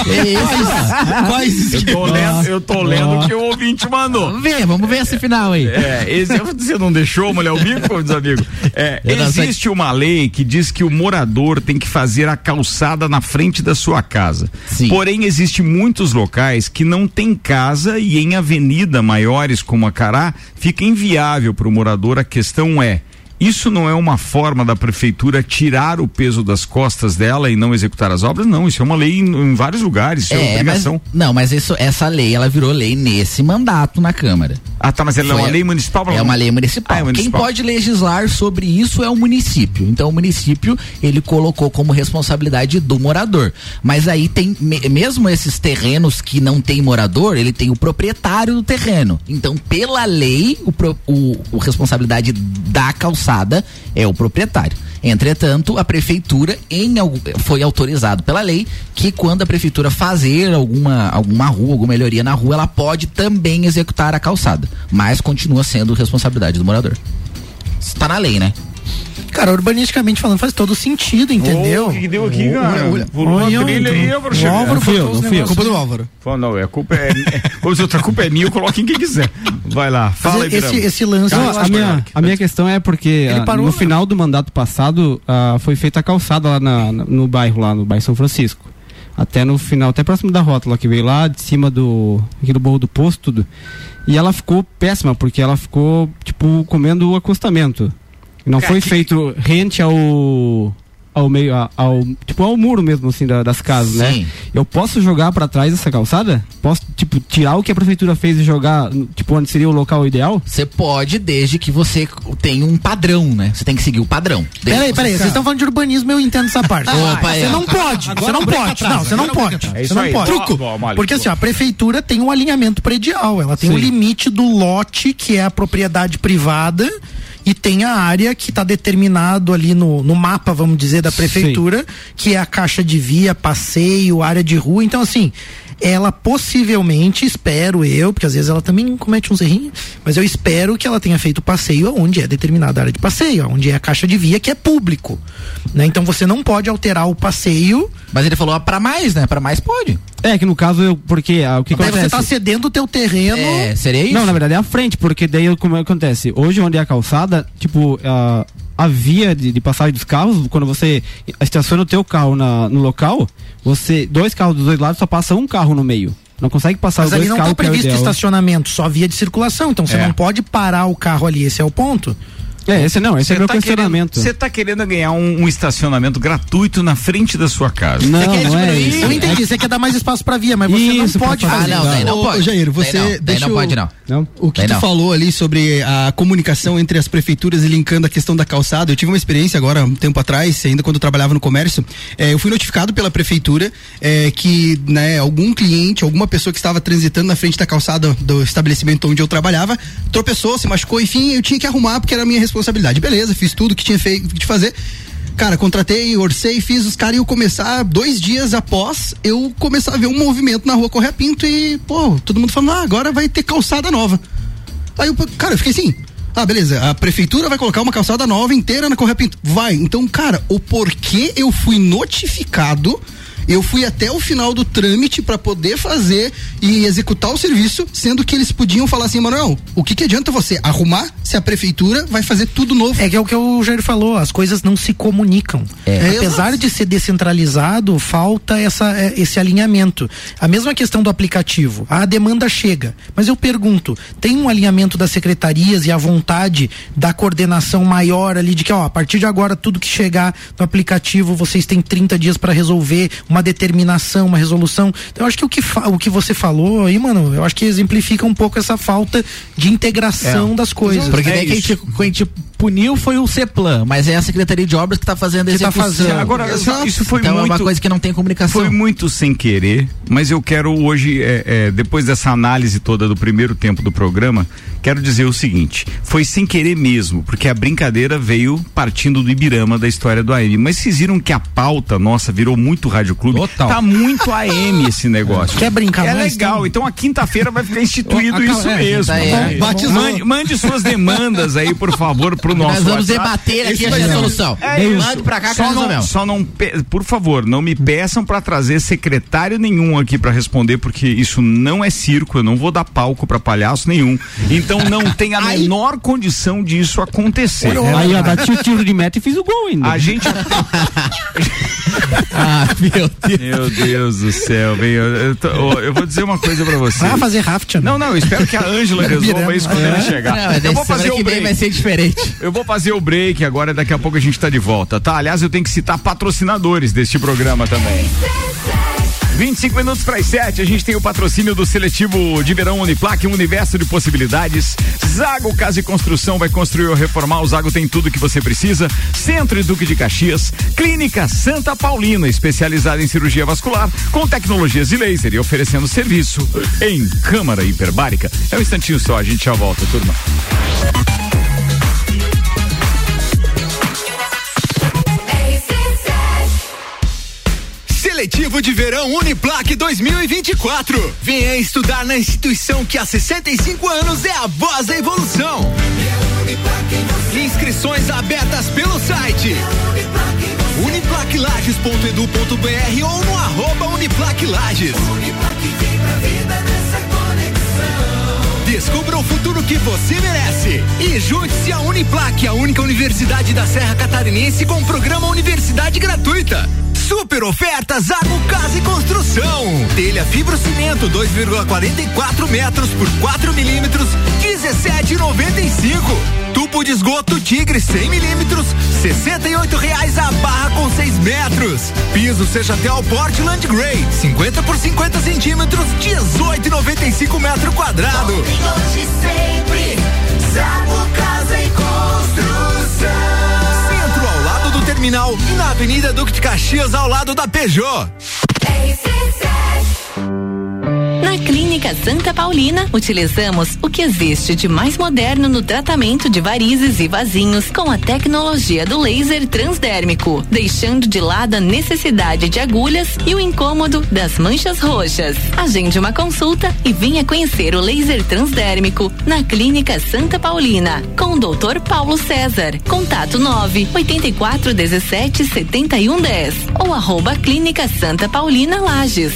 Quais esquemas? Eu tô lendo o que o ouvinte mandou. Vamos ver esse final aí. Você não deixou molhar o bico, meus amigos? Existe uma lei que diz que o morador tem que fazer a calçada na frente da sua casa. Sim. Porém, existem muitos locais que não tem casa e em avenida maiores como a Cará fica inviável para o morador. A questão é: isso não é uma forma da prefeitura tirar o peso das costas dela e não executar as obras? Não, isso é uma lei em vários lugares, isso é obrigação. Mas essa lei, ela virou lei nesse mandato na Câmara. Mas ela é uma lei municipal? É uma lei municipal. Quem pode legislar sobre isso é o município. Então o município, ele colocou como responsabilidade do morador. Mas aí tem, mesmo esses terrenos que não tem morador, ele tem o proprietário do terreno. Então, pela lei, a responsabilidade da calçada é o proprietário. Entretanto, a prefeitura foi autorizado pela lei que quando a prefeitura fazer alguma rua, alguma melhoria na rua, ela pode também executar a calçada, mas continua sendo responsabilidade do morador. Está na lei, né? Cara, urbanisticamente falando, faz todo sentido, entendeu? O que deu aqui, cara? Pulou uma trilha aí, Álvaro Xavier. Não fui eu. Culpa do Álvaro. Não, a culpa é... Como se outra culpa é minha, eu coloco em quem quiser. Vai lá, fala aí, esse lance... A minha questão é porque no final do mandato passado foi feita a calçada lá no bairro São Francisco. Até no final, até próximo da rótula, que veio lá de cima aqui do Morro do Poço, tudo. E ela ficou péssima, porque ela ficou, tipo, comendo o acostamento. Não foi feito rente ao muro mesmo, assim, das casas, sim, né? Eu posso jogar pra trás essa calçada? Posso, tipo, tirar o que a prefeitura fez e jogar, tipo, onde seria o local ideal? Você pode, desde que você tenha um padrão, né? Você tem que seguir o padrão. Peraí, vocês estão falando de urbanismo, eu entendo essa parte. Você não pode. É isso aí. Truco. Porque assim, a prefeitura tem um alinhamento predial, ela tem um limite do lote, que é a propriedade privada, e tem a área que está determinado ali no mapa, vamos dizer, da prefeitura, sim, que é a caixa de via, passeio, área de rua. Então, assim, ela possivelmente, espero eu, porque às vezes ela também comete uns errinhos, mas eu espero que ela tenha feito passeio onde é determinada área de passeio, onde é a caixa de via, que é público, né? Então você não pode alterar o passeio. Mas ele falou pra mais, né? Pra mais pode. É, que no caso, porque o que acontece? Você tá cedendo o teu terreno. Seria isso? Não, na verdade é a frente, porque daí como acontece? Hoje, onde é a calçada, tipo, a via de passagem dos carros, quando você estaciona o teu carro no local, dois carros dos dois lados, só passa um carro no meio. Não consegue passar os dois carros. Mas ali não tá previsto estacionamento, só via de circulação, então você não pode parar o carro ali, esse é o ponto. Esse é meu questionamento. Você tá querendo ganhar um estacionamento gratuito na frente da sua casa. Não, não é isso. Eu entendi, você quer dar mais espaço pra via, mas você não pode fazer. Daí não pode. Jair, não pode não. O que tu falou ali sobre a comunicação entre as prefeituras e linkando a questão da calçada, eu tive uma experiência agora, um tempo atrás, ainda quando eu trabalhava no comércio, eu fui notificado pela prefeitura que, né, algum cliente, alguma pessoa que estava transitando na frente da calçada do estabelecimento onde eu trabalhava, tropeçou, se machucou, enfim, eu tinha que arrumar porque era a minha responsabilidade. Beleza, fiz tudo que tinha de fazer. Cara, contratei, orcei, fiz, os caras iam começar 2 dias após eu começar a ver um movimento na rua Correia Pinto e, todo mundo falando, agora vai ter calçada nova. Aí eu fiquei assim, beleza, a prefeitura vai colocar uma calçada nova inteira na Correia Pinto. Vai, então, cara, o porquê eu fui notificado, eu fui até o final do trâmite para poder fazer e executar o serviço, sendo que eles podiam falar assim, Manuel, o que adianta você arrumar se a prefeitura vai fazer tudo novo? É que é o que o Jair falou, as coisas não se comunicam. Apesar de ser descentralizado, falta esse alinhamento. A mesma questão do aplicativo, a demanda chega, mas eu pergunto, tem um alinhamento das secretarias e a vontade da coordenação maior ali de que, a partir de agora, tudo que chegar no aplicativo, vocês têm 30 dias para resolver, uma determinação, uma resolução. Então eu acho que o que você falou aí, mano, eu acho que exemplifica um pouco essa falta de integração das coisas. Porque daí que a gente puniu foi o CEPLAN, mas é a Secretaria de Obras que tá fazendo a execução. Agora, isso foi então muito, é uma coisa que não tem comunicação. Foi muito sem querer, mas eu quero hoje, depois dessa análise toda do primeiro tempo do programa, quero dizer o seguinte, foi sem querer mesmo, porque a brincadeira veio partindo do Ibirama, da história do AM, mas vocês viram que a pauta nossa virou muito Rádio Clube, tá muito AM esse negócio. Quer brincar mais? Legal, então a quinta-feira vai ficar instituído isso mesmo. Mande suas demandas aí, por favor, pro nosso Nós vamos WhatsApp. Debater aqui a resolução. Mande pra cá que nós resolvemos. Por favor, não me peçam pra trazer secretário nenhum aqui pra responder, porque isso não é circo, eu não vou dar palco pra palhaço nenhum. Então não tem a menor condição disso acontecer. Aí eu bati o tiro de meta e fiz o gol ainda. A gente... Meu Deus do céu, eu vou dizer uma coisa pra você. Vai fazer rafting. Não, eu espero que a Ângela resolva isso quando ele chegar. Eu vou fazer o break. Vai ser diferente. Eu vou fazer o break agora, daqui a pouco a gente tá de volta, tá? Aliás, eu tenho que citar patrocinadores deste programa também. 25 minutos para as 7, a gente tem o patrocínio do seletivo de verão Uniplac, um universo de possibilidades. Zago Casa e Construção vai construir ou reformar, o Zago tem tudo que você precisa. Centro e Duque de Caxias, Clínica Santa Paulina, especializada em cirurgia vascular, com tecnologias de laser e oferecendo serviço em câmara hiperbárica. É um instantinho só, a gente já volta, turma. Letivo de Verão Uniplac 2024. Venha estudar na instituição que há 65 anos é a voz da evolução. Inscrições abertas pelo site uniplaclages.edu.br ou no @uniplaclages. Descubra o futuro que você merece e junte-se à Uniplac, a única universidade da Serra Catarinense com programa Universidade Gratuita. Super ofertas Água, Casa e Construção. Telha fibrocimento 2,44 metros por 4 milímetros, 17,95. Tubo de esgoto Tigre 100 milímetros, R$68 a barra com 6 metros. Piso Sejatel Portland Grey 50 por 50 centímetros, 18,95 metro quadrado. Hoje sempre, Água, Casa e Construção. Centro ao lado do terminal e na Avenida Duque de Caxias ao lado da Peugeot. Na Clínica Santa Paulina, utilizamos o que existe de mais moderno no tratamento de varizes e vasinhos com a tecnologia do laser transdérmico, deixando de lado a necessidade de agulhas e o incômodo das manchas roxas. Agende uma consulta e venha conhecer o laser transdérmico na Clínica Santa Paulina, com o Dr. Paulo César. Contato 984177110 ou @Clínica Santa Paulina Lages.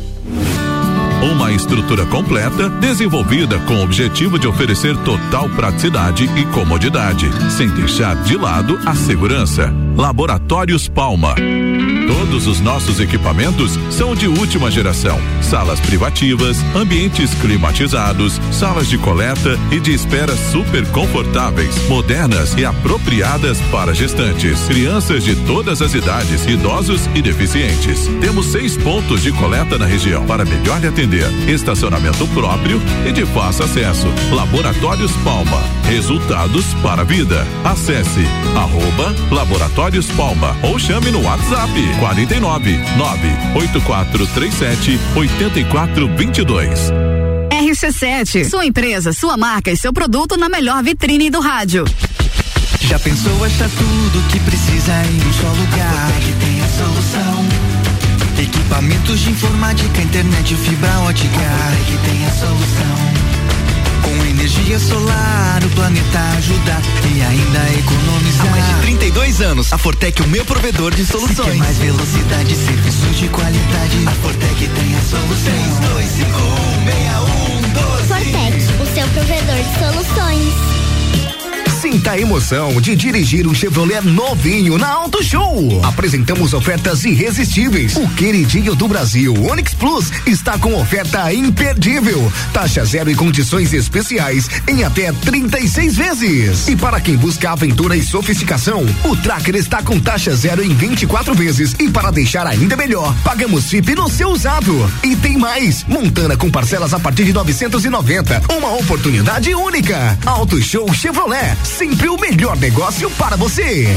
Uma estrutura completa, desenvolvida com o objetivo de oferecer total praticidade e comodidade, sem deixar de lado a segurança. Laboratórios Palma. Todos os nossos equipamentos são de última geração. Salas privativas, ambientes climatizados, salas de coleta e de espera super confortáveis, modernas e apropriadas para gestantes, crianças de todas as idades, idosos e deficientes. Temos 6 pontos de coleta na região para melhor lhe atender. Estacionamento próprio e de fácil acesso. Laboratórios Palma. Resultados para a vida. Acesse @Laboratórios Palma ou chame no WhatsApp 49 98437 8422. RC7, sua empresa, sua marca e seu produto na melhor vitrine do rádio. Já pensou achar tudo que precisa em um só lugar? Que tem a solução. Equipamentos de informática, internet, fibra ótica. Que tem a solução. Com energia solar, o planeta ajuda e ainda economizar. Há mais de 32 anos, a Fortec é o meu provedor de soluções. Se quer mais velocidade, serviços de qualidade, a Fortec tem a solução. 32516112. Fortec, o seu provedor de soluções. Sinta a emoção de dirigir um Chevrolet novinho na Auto Show. Apresentamos ofertas irresistíveis. O queridinho do Brasil, Onix Plus, está com oferta imperdível. Taxa zero e condições especiais em até 36 vezes. E para quem busca aventura e sofisticação, o Tracker está com taxa zero em 24 vezes. E para deixar ainda melhor, pagamos FIP no seu usado. E tem mais, Montana com parcelas a partir de 990. Uma oportunidade única. Auto Show Chevrolet. Sempre o melhor negócio para você.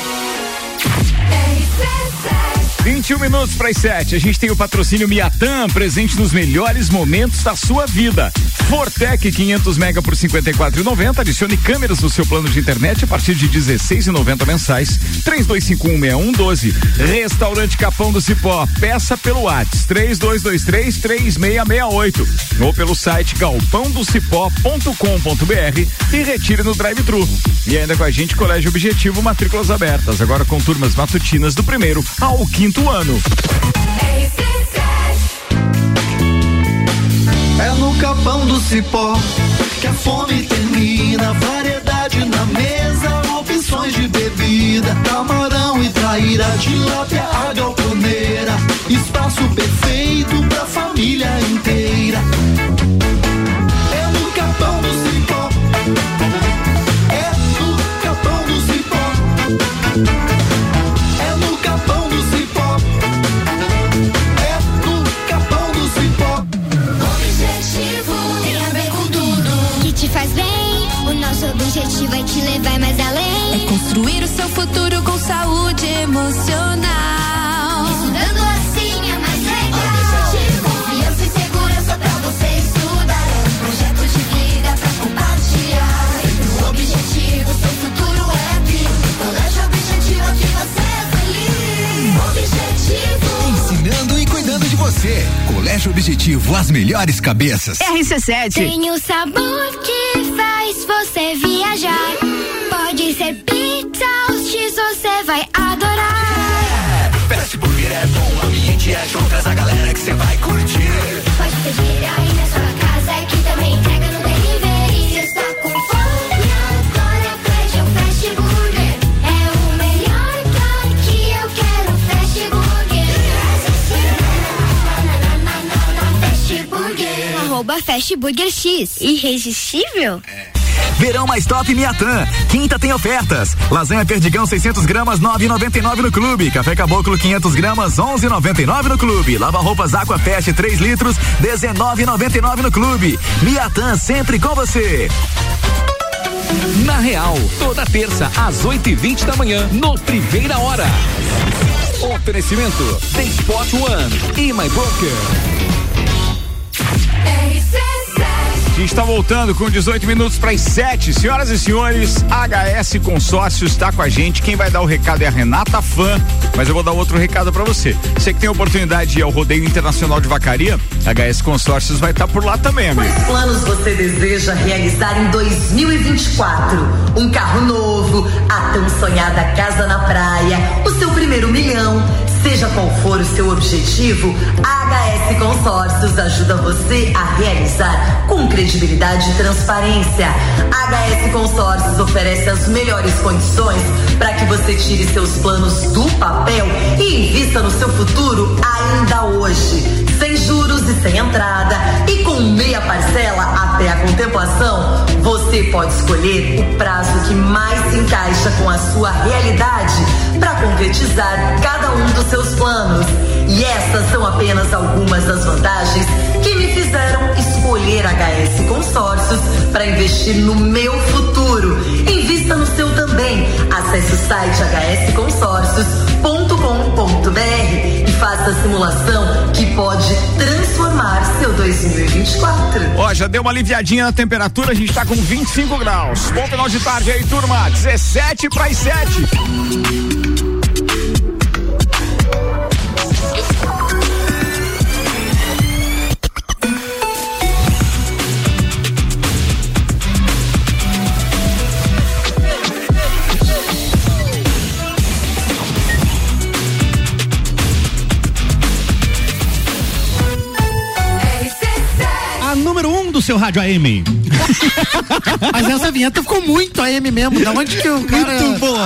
21 minutos para as 7. A gente tem o patrocínio Miatan, presente nos melhores momentos da sua vida. Fortec 500 mega por 54,90. Adicione câmeras no seu plano de internet a partir de 16,90 mensais. 32516112. Restaurante Capão do Cipó. Peça pelo WhatsApp 32233668 ou pelo site galpãodocipó.com.br e retire no drive-thru. E ainda com a gente Colégio Objetivo, matrículas abertas, agora com turmas matutinas do 1º ao 5º ano. É no Capão do Cipó que a fome termina, variedade na mesa, opções de bebida, camarão e traíra, tilápia, a galponeira, espaço perfeito pra família inteira. É no Capão do Cipó, é no Capão do Cipó, é no Capão do Cipó, é no Capão do Cipó. Objetivo tem a ver com tudo que te faz bem. O nosso objetivo é te levar mais além. É construir o seu futuro com saúde emocional. Estudando assim é mais legal. Objetivo, confiança e segurança pra você estudar. É um projeto de vida pra compartilhar. O objetivo, seu futuro é aqui. Colégio Objetivo, aqui você é feliz. Objetivo, ensinando e você. Colégio Objetivo, as melhores cabeças. RC7. Tem o sabor que faz você viajar. Pode ser pizza ou X, você vai adorar. Fast Burger é bom, o ambiente é show, traz a galera que você vai curtir. Pode pedir aí na sua casa, que também entrega no delivery. Está com fome, agora pede o Fast Burger. É o melhor que eu quero, Fast Burger. Fast Burger. @Fast Burger X. Irresistível? Verão mais top Miatã. Quinta tem ofertas. Lasanha Perdigão 600 gramas 9,99 no Clube. Café Caboclo 500 gramas 11,99 no Clube. Lava roupas Aquafest 3 litros 19,99 no Clube. Miatã sempre com você. Na Real, toda terça às 8h20 da manhã, no Primeira Hora. Oferecimento The Sport One e My Broker. A gente está voltando com 18 minutos para as 7. Senhoras e senhores, HS Consórcios está com a gente. Quem vai dar o recado é a Renata Fã, mas eu vou dar outro recado para você. Você que tem a oportunidade de ir ao Rodeio Internacional de Vacaria, HS Consórcios vai estar por lá também, amigo. Quais planos você deseja realizar em 2024? Um carro novo, a tão sonhada casa na praia, o seu primeiro milhão. Seja qual for o seu objetivo, a HS Consórcios ajuda você a realizar com credibilidade e transparência. A HS Consórcios oferece as melhores condições para que você tire seus planos do papel e invista no seu futuro ainda hoje. Sem juros e sem entrada e com meia parcela até a contemplação, você pode escolher o prazo que mais se encaixa com a sua realidade para concretizar cada um dos seus planos. E essas são apenas algumas das vantagens que me fizeram escolher HS Consórcios para investir no meu futuro. Invista no seu também. Acesse o site hsconsórcios.com.br e faça a simulação que pode transformar seu 2024. Ó, já deu uma aliviadinha na temperatura, a gente tá com 25 graus. Bom final de tarde aí, turma. 17 para as 7. Do seu rádio AM. Mas essa vinheta ficou muito AM mesmo. Da onde que o cara... Muito bom.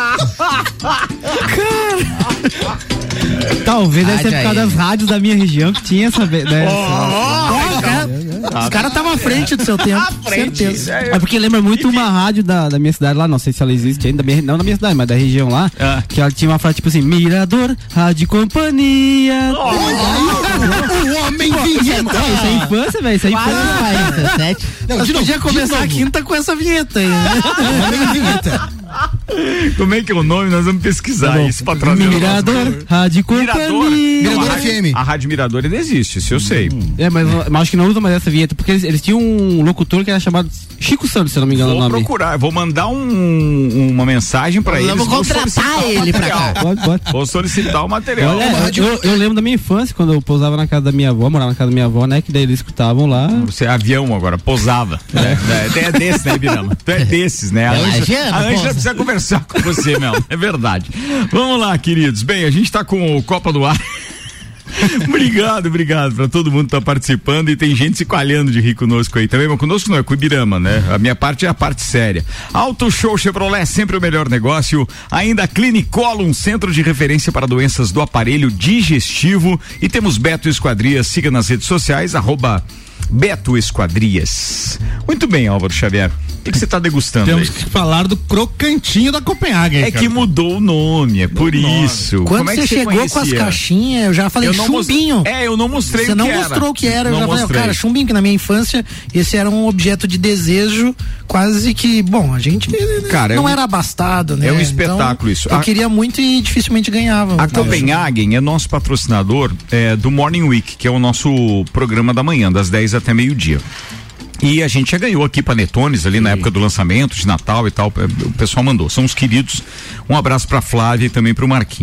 Cara... Talvez deve ser por causa das rádios da minha região que tinha essa... Os caras estavam à frente do seu tempo, certeza. É porque lembra muito uma rádio da minha cidade lá, não sei se ela existe ainda, não da minha cidade, mas da região lá, que ela tinha uma frase tipo assim, Mirador, Rádio Companhia. O homem vinheta. Isso é infância, velho, isso é infância. Não, de podia começar a quinta com essa vinheta aí, né? Como é que é o nome? Nós vamos pesquisar isso pra trazer. Mirador, Rádio Companhia. Mirador FM. A Rádio Mirador ainda existe, isso eu sei. Mas acho que não usa mais essa vinheta, porque eles tinham um locutor que era chamado Chico Santos, se eu não me engano o nome. Vou procurar, vou mandar uma mensagem pra eles. Vou contratar ele pra cá. Pode. Vou solicitar o material. Olha, eu lembro da minha infância, quando eu pousava na casa da minha avó, morava na casa da minha avó, né, que daí eles escutavam lá. Você é avião agora, pousava. É desse, né, Birama? Tu é desses, né? A Ângela precisa conversar com você, mesmo. É verdade. Vamos lá, queridos. Bem, a gente tá com o Copa do Ar. Obrigado pra todo mundo que tá participando e tem gente se coalhando de rir conosco aí também, mas conosco não, é com o Ibirama, né? A minha parte é a parte séria. Auto Show Chevrolet, sempre o melhor negócio. Ainda Clinicolo, um centro de referência para doenças do aparelho digestivo. E temos Beto Esquadrias, siga nas redes sociais, @Beto Esquadrias. Muito bem, Álvaro Xavier. O que você está degustando? Temos que falar do crocantinho da Copenhague. É que mudou o nome, é por isso. Quando você chegou com as caixinhas, eu já falei chumbinho. Eu não mostrei o que era. Você não mostrou o que era, eu já falei, cara, chumbinho, que na minha infância esse era um objeto de desejo, quase que, bom, a gente não era abastado, né? É um espetáculo isso. Eu queria muito e dificilmente ganhava. A Copenhagen é nosso patrocinador do Morning Week, que é o nosso programa da manhã, das 10 até meio-dia. E a gente já ganhou aqui panetones ali na época do lançamento, de Natal e tal, o pessoal mandou, são os queridos. Um abraço pra Flávia e também pro Marquinho.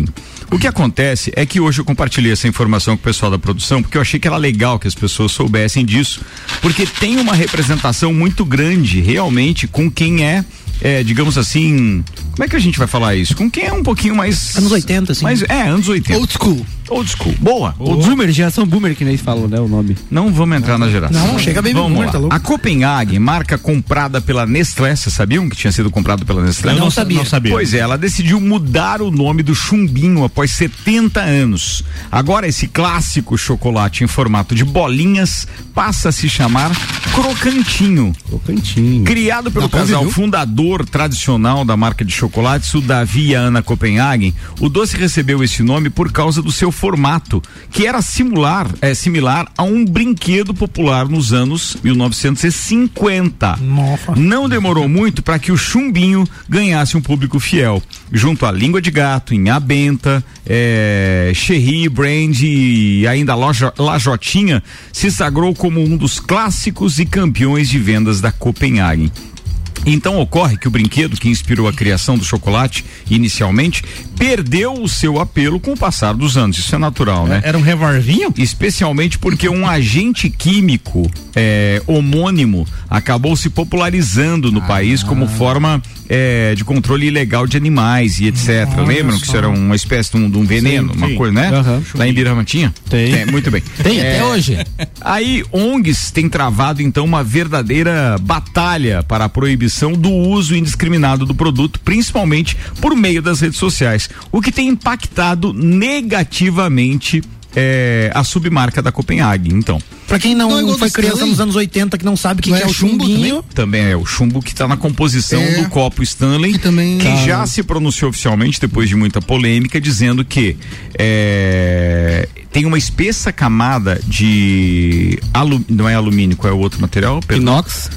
O que acontece é que hoje eu compartilhei essa informação com o pessoal da produção, porque eu achei que era legal que as pessoas soubessem disso, porque tem uma representação muito grande, realmente, com quem digamos assim, como é que a gente vai falar isso? Com quem é um pouquinho mais... Anos 80, assim. Anos 80. Old school. Old school. Boa. O Boomer, geração Boomer, que nem falam, né, o nome. Não vamos entrar na geração. Não, chega bem Vamos Boomer, lá. tá louco. A Copenhagen, marca comprada pela Nestlé, vocês sabiam que tinha sido comprado pela Nestlé? Não sabia. Pois é, ela decidiu mudar o nome do chumbinho após 70 anos. Agora esse clássico chocolate em formato de bolinhas passa a se chamar Crocantinho. Crocantinho. Criado pelo casal fundador tradicional da marca de chocolates, o Davi e a Ana Copenhagen, o doce recebeu esse nome por causa do seu formato, que era similar a um brinquedo popular nos anos 1950. Nossa. Não demorou muito para que o chumbinho ganhasse um público fiel. Junto à Língua de Gato, Inha Benta, Cherry, Brand e ainda a Lajotinha, se sagrou como um dos clássicos e campeões de vendas da Copenhagen. Então ocorre que o brinquedo que inspirou a criação do chocolate inicialmente perdeu o seu apelo com o passar dos anos. Isso é natural, né? Era um revolvinho? Especialmente porque um agente químico homônimo acabou se popularizando no país como forma de controle ilegal de animais e etc. Lembram que isso era uma espécie de um veneno, uma coisa, né? Lá em Birama tinha? Tem. Muito bem. Tem até hoje. Aí ONGs têm travado então uma verdadeira batalha para a proibição do uso indiscriminado do produto, principalmente por meio das redes sociais, o que tem impactado negativamente a submarca da Copenhagen. Então, pra quem não foi criança nos anos 80, que não sabe o que é o chumbinho. Também é o chumbo que está na composição do copo Stanley, que já se pronunciou oficialmente depois de muita polêmica, dizendo que tem uma espessa camada de não é alumínio, qual é o outro material? Inox?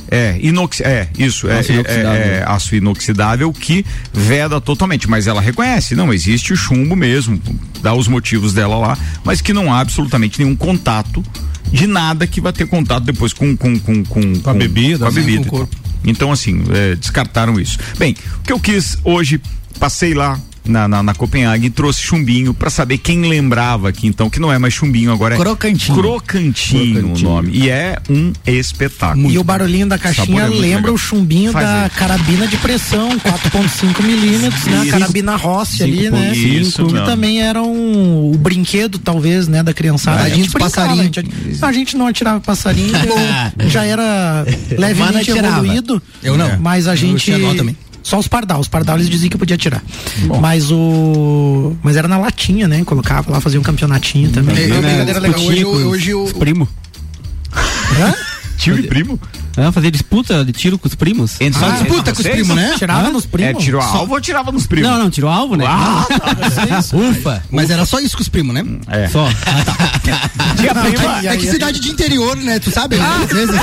Aço inoxidável que veda totalmente, mas ela reconhece, não, existe o chumbo mesmo, dá os motivos dela lá, mas que não há absolutamente nenhum contato de nada que vai ter contato depois com a bebida. Com o corpo. Então, assim, descartaram isso. Bem, o que eu quis hoje, passei lá na Copenhagen, trouxe chumbinho pra saber quem lembrava aqui, então, que não é mais chumbinho, agora é Crocantinho o nome, e é um espetáculo. E o barulhinho da caixinha lembra o chumbinho da carabina de pressão 4.5 milímetros, né? A carabina Rossi ali, né? Isso, que também era o brinquedo, talvez, né? Da criançada. A gente passarinho. A gente não atirava passarinho, já era levemente evoluído. Eu não. Mas a gente... também. Só os pardal. Os pardal eles diziam que podia tirar. Mas era na latinha, né? Colocava lá, fazia um campeonatinho também. É uma brincadeira legal. Hoje o primo. Tio e primo? Fazer disputa de tiro com os primos. Disputa com os primos, né? Tirava nos primos? Tirou alvo ou tirava nos primos? Não, tirou alvo, né? Ufa. Mas era só isso com os primos, né? Só. É que cidade de interior, né? Tu sabe? Às vezes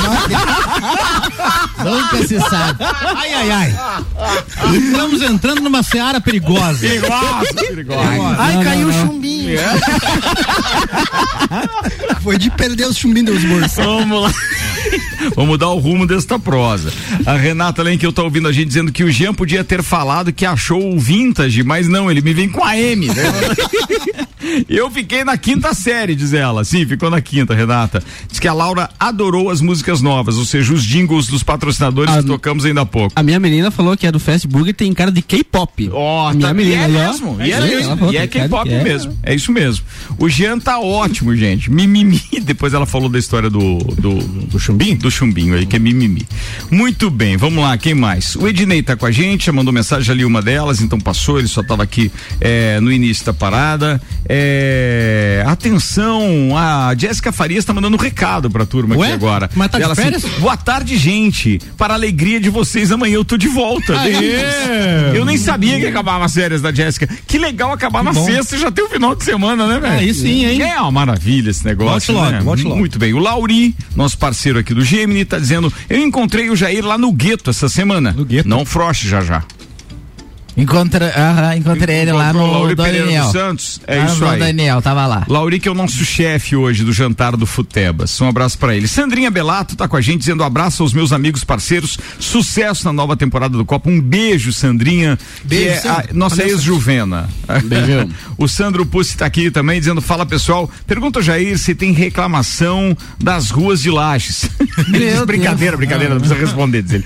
nunca se sabe. Ai. Estamos entrando numa seara perigosa. Perigosa. Ai, caiu o chumbinho. Foi de perder os chumbinhos dos bolsos. Vamos lá. Vamos mudar o rumo desta prosa. A Renata Lenk, eu tô ouvindo a gente dizendo que o Jean podia ter falado que achou o vintage, mas não, ele me vem com a M, né? Eu fiquei na 5ª série, diz ela. Sim, ficou na 5ª, Renata. Diz que a Laura adorou as músicas novas, ou seja, os jingles dos patrocinadores que tocamos ainda há pouco. A minha menina falou que é do Fast Burger e tem cara de K-pop. Minha menina, mesmo. E é K-pop mesmo. É isso mesmo. O Jean tá ótimo, gente. Mimimi. Depois ela falou da história do chumbinho? Do chumbinho aí, que é mimimi. Muito bem, vamos lá, quem mais? O Ednei tá com a gente, já mandou mensagem ali, uma delas, então passou, ele só tava aqui no início da parada. Atenção, a Jéssica Farias tá mandando um recado pra turma aqui agora. Mas tá de férias? Assim, boa tarde, gente. Para a alegria de vocês, amanhã eu tô de volta. Eu nem sabia que acabava as férias da Jéssica. Que legal acabar na sexta e já tem o final de semana, né, velho? Aí sim, hein? É uma maravilha esse negócio. Volte logo. Muito bem. O Lauri, nosso parceiro aqui do Gemini, tá dizendo: eu encontrei o Jair lá no gueto essa semana. No gueto? Não froche já. Encontrei ele lá no Lauri do Pereira Daniel. dos Santos. É isso aí. Daniel, tava lá. Lauri, que é o nosso chefe hoje do jantar do Futebas. Um abraço pra ele. Sandrinha Belato tá com a gente dizendo abraço aos meus amigos parceiros. Sucesso na nova temporada do Copa. Um beijo, Sandrinha. Beijo, que é a nossa ex-Juvena. Beijo. O Sandro Pussi tá aqui também dizendo, fala pessoal, pergunta ao Jair se tem reclamação das ruas de Lages. Brincadeira, não precisa responder, diz ele.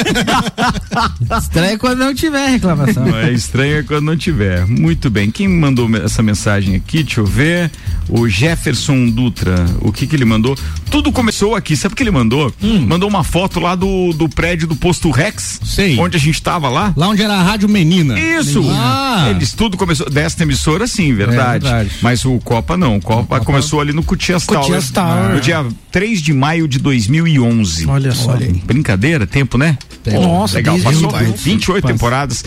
Estranho quando não tiver reclamação. É estranho quando não tiver. Muito bem. Quem mandou essa mensagem aqui? Deixa eu ver. O Jefferson Dutra. O que ele mandou? Tudo começou aqui. Sabe o que ele mandou? Mandou uma foto lá do prédio do Posto Rex. Sei. Onde a gente tava lá. Lá onde era a Rádio Menina. Isso. Eles tudo começou desta emissora, sim, verdade. Mas o Copa não. O Copa começou ali no Cutias Tower. No dia 3 de maio de 2011. Olha só. Brincadeira, tempo, né? Nossa, legal. Passou 28 Passa. temporadas.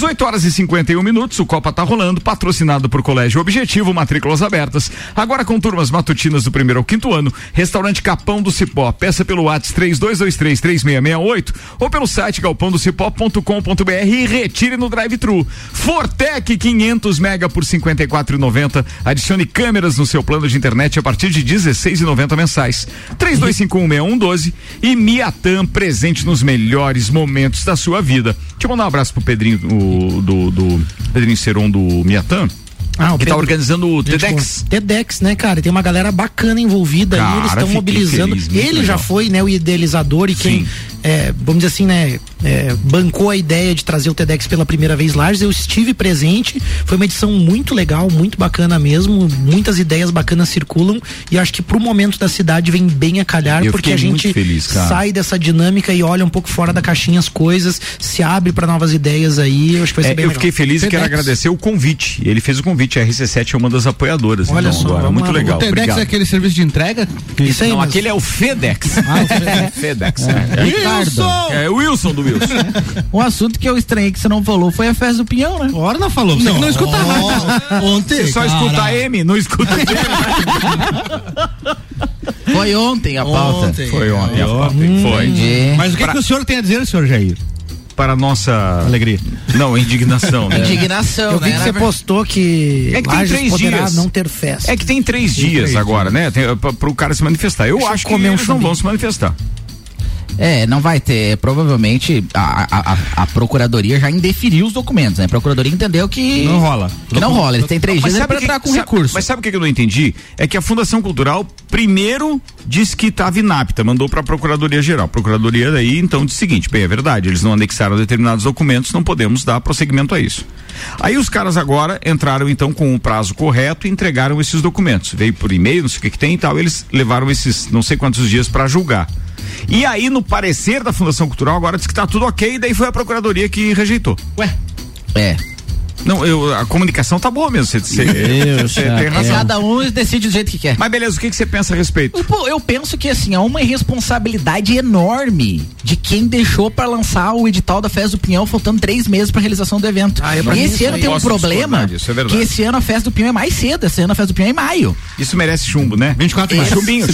18h51. O Copa tá rolando, patrocinado por Colégio Objetivo, matrículas abertas. Agora com turmas matutinas do 1º ao 5º ano. Restaurante Capão do Cipó. Peça pelo WhatsApp 32233668 ou pelo site galpondocipó.com.br e retire no drive-thru. Fortec 500 mega por R$ 54,90. Adicione câmeras no seu plano de internet a partir de R$ 16,90 mensais. 32516112 e Miatan, presente nos melhores momentos da sua vida. Deixa eu mandar um abraço pro Pedrinho do Pedrinho Seron do Miatan. Que tá organizando o TEDx. TEDx, né, cara? Tem uma galera bacana envolvida aí, eles estão mobilizando. Feliz, ele já foi, né, o idealizador e quem, vamos dizer assim, né, bancou a ideia de trazer o TEDx pela primeira vez lá. Eu estive presente, foi uma edição muito legal, muito bacana mesmo, muitas ideias bacanas circulam e acho que pro momento da cidade vem bem a calhar, porque a gente sai dessa dinâmica e olha um pouco fora da caixinha as coisas, se abre para novas ideias aí, eu acho que vai ser bem eu legal. Fiquei feliz e quero agradecer o convite. Ele fez o convite. A RC7 é uma das apoiadoras. Olha então, só, agora. Muito legal. O TEDx Obrigado. é aquele serviço de entrega? Isso aí. Não, aquele é o FedEx. FedEx. Wilson! É o Wilson do Wilson. Um assunto que eu estranhei que você não falou foi a festa do Pinhão, né? Ora não falou. Você não escuta ontem. Você só escuta a M, não escuta a M. Foi ontem a pauta. Foi ontem a pauta. Foi. Mas o que o senhor tem a dizer, senhor Jair? Para a nossa alegria. Não, indignação, né? Indignação, eu vi que você postou que tem 3 poderá dias. não ter festa. É que tem 3 dias agora, né? Para o cara se manifestar. Eu acho que eles não vão se manifestar. Não vai ter, provavelmente a procuradoria já indeferiu os documentos, né? A procuradoria entendeu que não rola. Que não rola, eles têm 3 dias para entrar com recurso. Mas sabe o que eu não entendi? É que a Fundação Cultural primeiro disse que estava inapta, mandou para a Procuradoria Geral. A Procuradoria daí então disse o seguinte, bem, é verdade, eles não anexaram determinados documentos, não podemos dar prosseguimento a isso. Aí os caras agora entraram então com o prazo correto e entregaram esses documentos. Veio por e-mail, não sei o que tem e tal, eles levaram esses não sei quantos dias para julgar. E aí, no parecer da Fundação Cultural, agora diz que tá tudo ok, e daí foi a Procuradoria que rejeitou. Não, a comunicação tá boa mesmo. Você tem razão. Cada um decide do jeito que quer. Mas beleza, o que você pensa a respeito? Eu penso que assim, há uma irresponsabilidade enorme de quem deixou pra lançar o edital da Festa do Pinhão faltando 3 meses pra realização do evento. E esse ano tem um problema que esse ano a Festa do Pinhão é mais cedo, esse ano a Festa do Pinhão é em maio. Isso merece chumbo, né? 24 de chumbinho.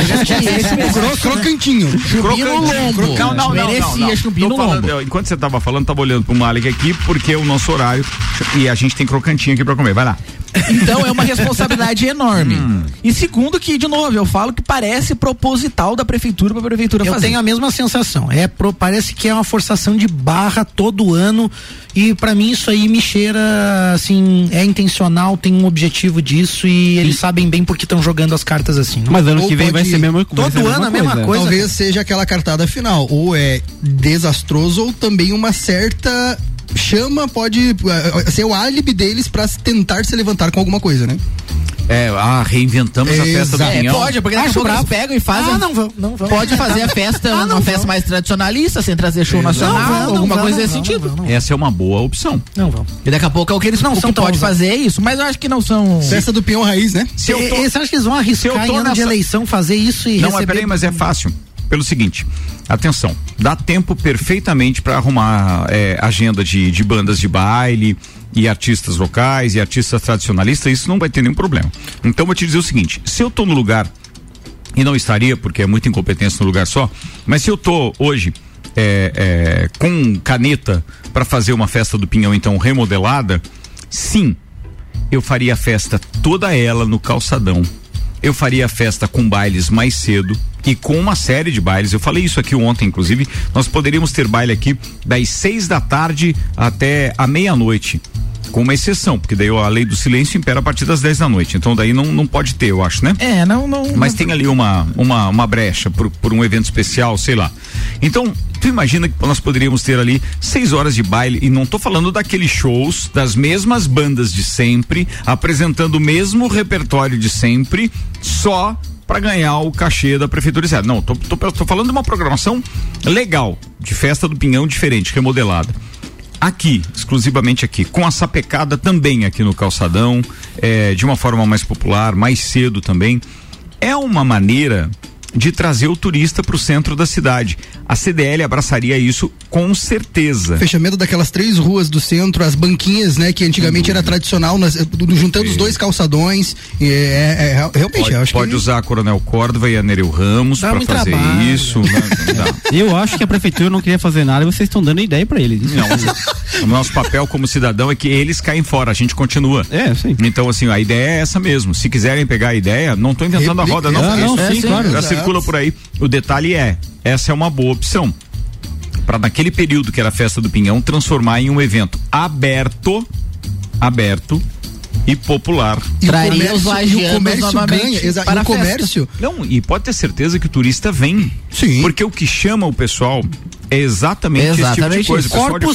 Crocantinho. Chumbinho no lombo. Não. Merecia chumbinho no lombo. Enquanto você tava falando, tava olhando pro Malik aqui, porque o nosso horário e a gente tem crocantinho aqui pra comer, vai lá. Então é uma responsabilidade enorme. E segundo que, de novo, eu falo que parece proposital da prefeitura pra prefeitura fazer. Eu tenho a mesma sensação, parece que é uma forçação de barra todo ano e pra mim isso aí me cheira, assim, é intencional, tem um objetivo disso e eles sabem bem porque estão jogando as cartas assim. Não? Mas ano que vem vai ser mesmo todo ano a mesma coisa. Talvez seja aquela cartada final, ou é desastroso ou também uma certa chama pode ser o álibi deles pra tentar se levantar com alguma coisa, né? Reinventamos a festa do Pinhão. Pode, porque daqui a pouco eles pegam e fazem. Não vão. Pode fazer a festa, uma festa mais tradicionalista, sem trazer show nacional, alguma coisa desse sentido. Essa é uma boa opção. Não vão. E daqui a pouco é o que eles não são. Pode fazer isso, mas eu acho que não são. Festa do Pinhão Raiz, né? Você acha que eles vão arriscar em ano de eleição fazer isso e não, mas peraí, mas é fácil. Pelo seguinte, atenção, dá tempo perfeitamente para arrumar agenda de bandas de baile e artistas locais e artistas tradicionalistas, isso não vai ter nenhum problema. Então vou te dizer o seguinte, se eu tô no lugar, e não estaria porque é muita incompetência no lugar só, mas se eu tô hoje com caneta para fazer uma festa do Pinhão então remodelada, sim, eu faria a festa toda ela no calçadão. Eu faria a festa com bailes mais cedo e com uma série de bailes. Eu falei isso aqui ontem, inclusive. Nós poderíamos ter baile aqui das 6 da tarde até a meia-noite. Com uma exceção, porque daí a lei do silêncio impera a partir das 10 da noite. Então daí não pode ter, eu acho, né? Mas tem ali uma brecha por um evento especial, sei lá. Então, tu imagina que nós poderíamos ter ali 6 horas de baile, e não tô falando daqueles shows das mesmas bandas de sempre, apresentando o mesmo repertório de sempre, só para ganhar o cachê da prefeitura. Não, tô falando de uma programação legal, de festa do Pinhão diferente, remodelada. Aqui, exclusivamente aqui, com a sapecada também aqui no calçadão, de uma forma mais popular, mais cedo também. É uma maneira de trazer o turista para o centro da cidade. A CDL abraçaria isso com certeza. Fechamento daquelas 3 ruas do centro, as banquinhas, né, que antigamente era tradicional, juntando os 2 calçadões. Realmente, eu acho pode que usar a Coronel Córdova e a Nereu Ramos para fazer trabalho. Isso. Eu acho que a prefeitura não queria fazer nada e vocês estão dando ideia para eles. Não, o nosso papel como cidadão é que eles caem fora, a gente continua. Sim. Então, assim, a ideia é essa mesmo. Se quiserem pegar a ideia, não estou inventando a roda, não. Sim, claro. Já circula por aí. O detalhe essa é uma boa opção. Para naquele período que era a festa do Pinhão, transformar em um evento aberto e popular. Traria os lagianos o comércio novamente ganha, para o comércio. Não, e pode ter certeza que o turista vem. Sim. Porque o que chama o pessoal é exatamente esse tipo de coisa.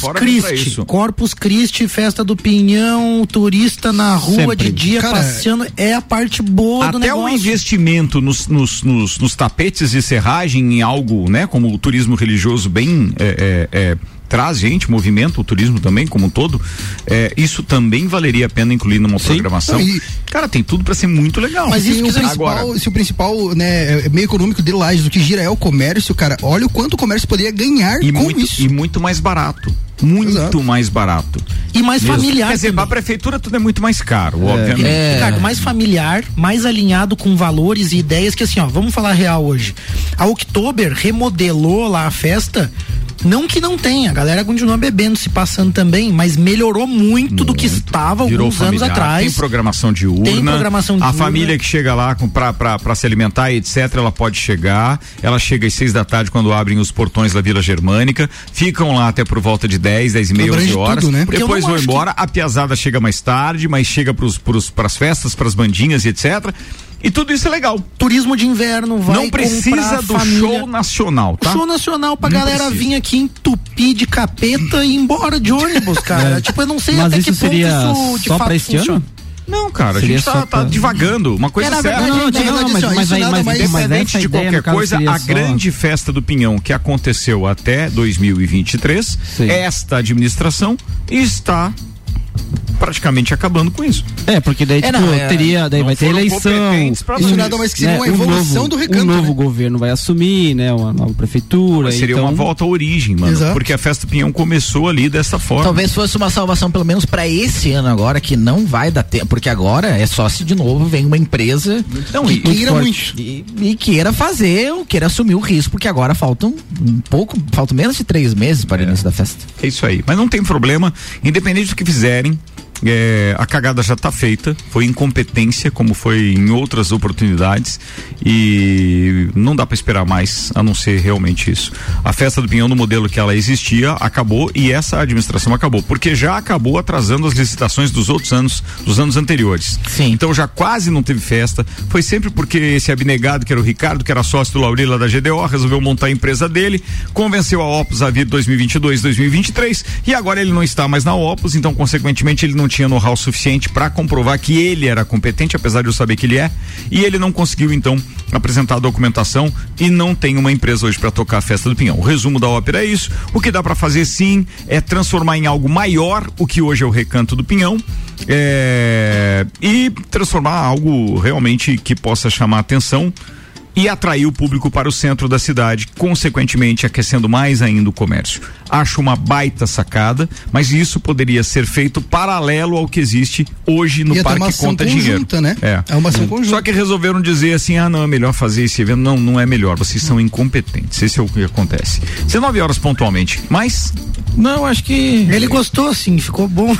Corpus Christi, festa do Pinhão, turista na rua sempre. De dia, cara, passeando, é a parte boa do negócio. Até o investimento nos tapetes de serragem em algo, né, como o turismo religioso bem traz gente, movimenta o turismo também como um todo, isso também valeria a pena incluir numa programação. Cara, tem tudo para ser muito legal. Mas se o principal, né, meio econômico de Lages, o que gira é o comércio, cara, olha o quanto o comércio poderia ganhar com isso. E muito mais barato. Muito mais barato. E mais familiar. Quer dizer, a prefeitura tudo é muito mais caro, obviamente. Ricardo, mais familiar, mais alinhado com valores e ideias que assim, vamos falar real hoje. A Oktober remodelou lá a festa. Não que não tenha, a galera continua bebendo, se passando também, mas melhorou muito do que estava alguns anos atrás. Tem programação diurna. A família que chega lá pra se alimentar e etc, ela pode chegar. Ela chega às 6 da tarde quando abrem os portões da Vila Germânica. Ficam lá até por volta de 10h30, 11 horas. Tudo, né? Depois vão embora. A piazada chega mais tarde, mas chega pras festas, pras bandinhas e etc. E tudo isso é legal. Turismo de inverno vai. Não precisa do show nacional, tá? Show nacional pra galera vir aqui entupir de capeta e ir embora de ônibus, cara. Tipo, eu não sei até que ponto isso de fato funciona. Não, cara, seria a gente tá divagando. Uma coisa certa. Mas independente de qualquer coisa, a grande festa do Pinhão que aconteceu até 2023, esta administração está praticamente acabando com isso. Porque daí daí vai ter eleição. Isso nada mais que seria uma evolução do Recanto. Um novo governo vai assumir, né? Uma nova prefeitura. Mas seria uma volta à origem, mano. Exato. Porque a festa do Pinhão começou ali dessa forma. Talvez fosse uma salvação pelo menos pra esse ano agora, que não vai dar tempo, porque agora é só se de novo vem uma empresa que queira muito e queira fazer, queira assumir o risco, porque agora faltam menos de 3 meses para o início da festa. É isso aí, mas não tem problema, independente do que fizerem. A cagada já está feita, foi incompetência como foi em outras oportunidades e não dá para esperar mais a não ser realmente isso. A festa do Pinhão no modelo que ela existia acabou e essa administração acabou, porque já acabou atrasando as licitações dos outros anos, dos anos anteriores. Sim. Então já quase não teve festa, foi sempre porque esse abnegado que era o Ricardo, que era sócio do Laurila da GDO, resolveu montar a empresa dele, convenceu a Opus a vir 2022, 2023 e agora ele não está mais na Opus, então consequentemente ele não tinha know-how suficiente para comprovar que ele era competente, apesar de eu saber que ele é, e ele não conseguiu então apresentar a documentação e não tem uma empresa hoje para tocar a festa do Pinhão. O resumo da ópera é isso. O que dá para fazer sim é transformar em algo maior o que hoje é o Recanto do Pinhão e transformar algo realmente que possa chamar atenção e atrair o público para o centro da cidade, consequentemente aquecendo mais ainda o comércio. Acho uma baita sacada, mas isso poderia ser feito paralelo ao que existe hoje no Parque Conta Dinheiro. Né? É uma ação conjunta. Só que resolveram dizer assim, não, é melhor fazer esse evento. Não é melhor, vocês são incompetentes. Esse é o que acontece. 19 horas pontualmente, mas... Não, acho que... Ele gostou, sim, ficou bom.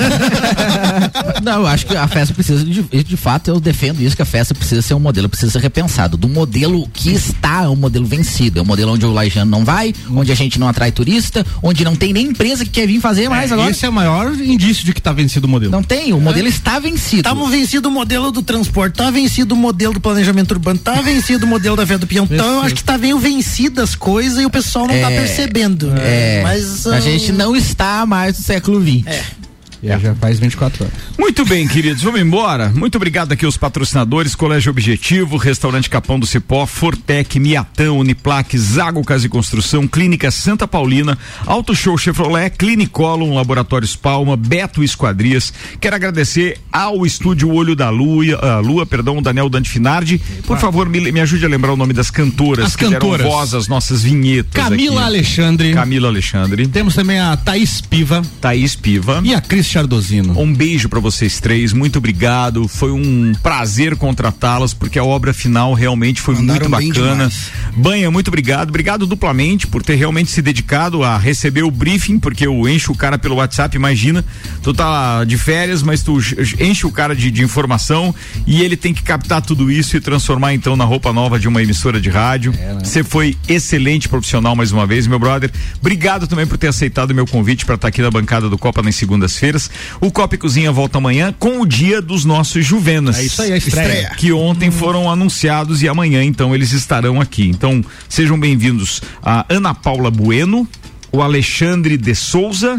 Não, eu acho que a festa precisa, de fato, eu defendo isso, que a festa precisa ser um modelo, precisa ser repensado. Do modelo que está, é um modelo vencido. É um modelo onde o lajeano não vai, onde a gente não atrai turista, onde não tem nem empresa que quer vir fazer mais agora. Esse é o maior indício de que está vencido o modelo. Não tem, o modelo está vencido. Tá vencido o modelo do transporte, tá vencido o modelo do planejamento urbano, tá vencido o modelo da Festa do Peão. Então eu acho que tá meio vencido as coisas e o pessoal não tá percebendo. Mas a gente não está mais no século XX. Já faz 24 horas. Muito bem, queridos, vamos embora. Muito obrigado aqui aos patrocinadores: Colégio Objetivo, Restaurante Capão do Cipó, Fortec, Miatã, Uniplac, Zago Casa e Construção, Clínica Santa Paulina, Auto Show Chevrolet, Clinicolum, Laboratórios Palma, Beto Esquadrias. Quero agradecer ao Estúdio Olho da Lua, Daniel Dante Finardi. Por favor, me ajude a lembrar o nome das cantoras que deram voz às nossas vinhetas. Camila Alexandre. Temos também a Thaís Piva. E a Cris Chardozino. Um beijo pra vocês três, muito obrigado, foi um prazer contratá-las, porque a obra final realmente foi muito bacana. Banha, muito obrigado duplamente por ter realmente se dedicado a receber o briefing, porque eu encho o cara pelo WhatsApp, imagina, tu tá de férias, mas tu enche o cara de informação e ele tem que captar tudo isso e transformar então na roupa nova de uma emissora de rádio. Você foi excelente profissional mais uma vez, meu brother. Obrigado também por ter aceitado o meu convite para estar aqui na bancada do Copa nas segundas-feiras. O Copa e Cozinha volta amanhã com o dia dos nossos Juvenas. É isso aí, a estreia. Que ontem foram anunciados e amanhã então eles estarão aqui. Então sejam bem-vindos a Ana Paula Bueno, o Alexandre de Souza,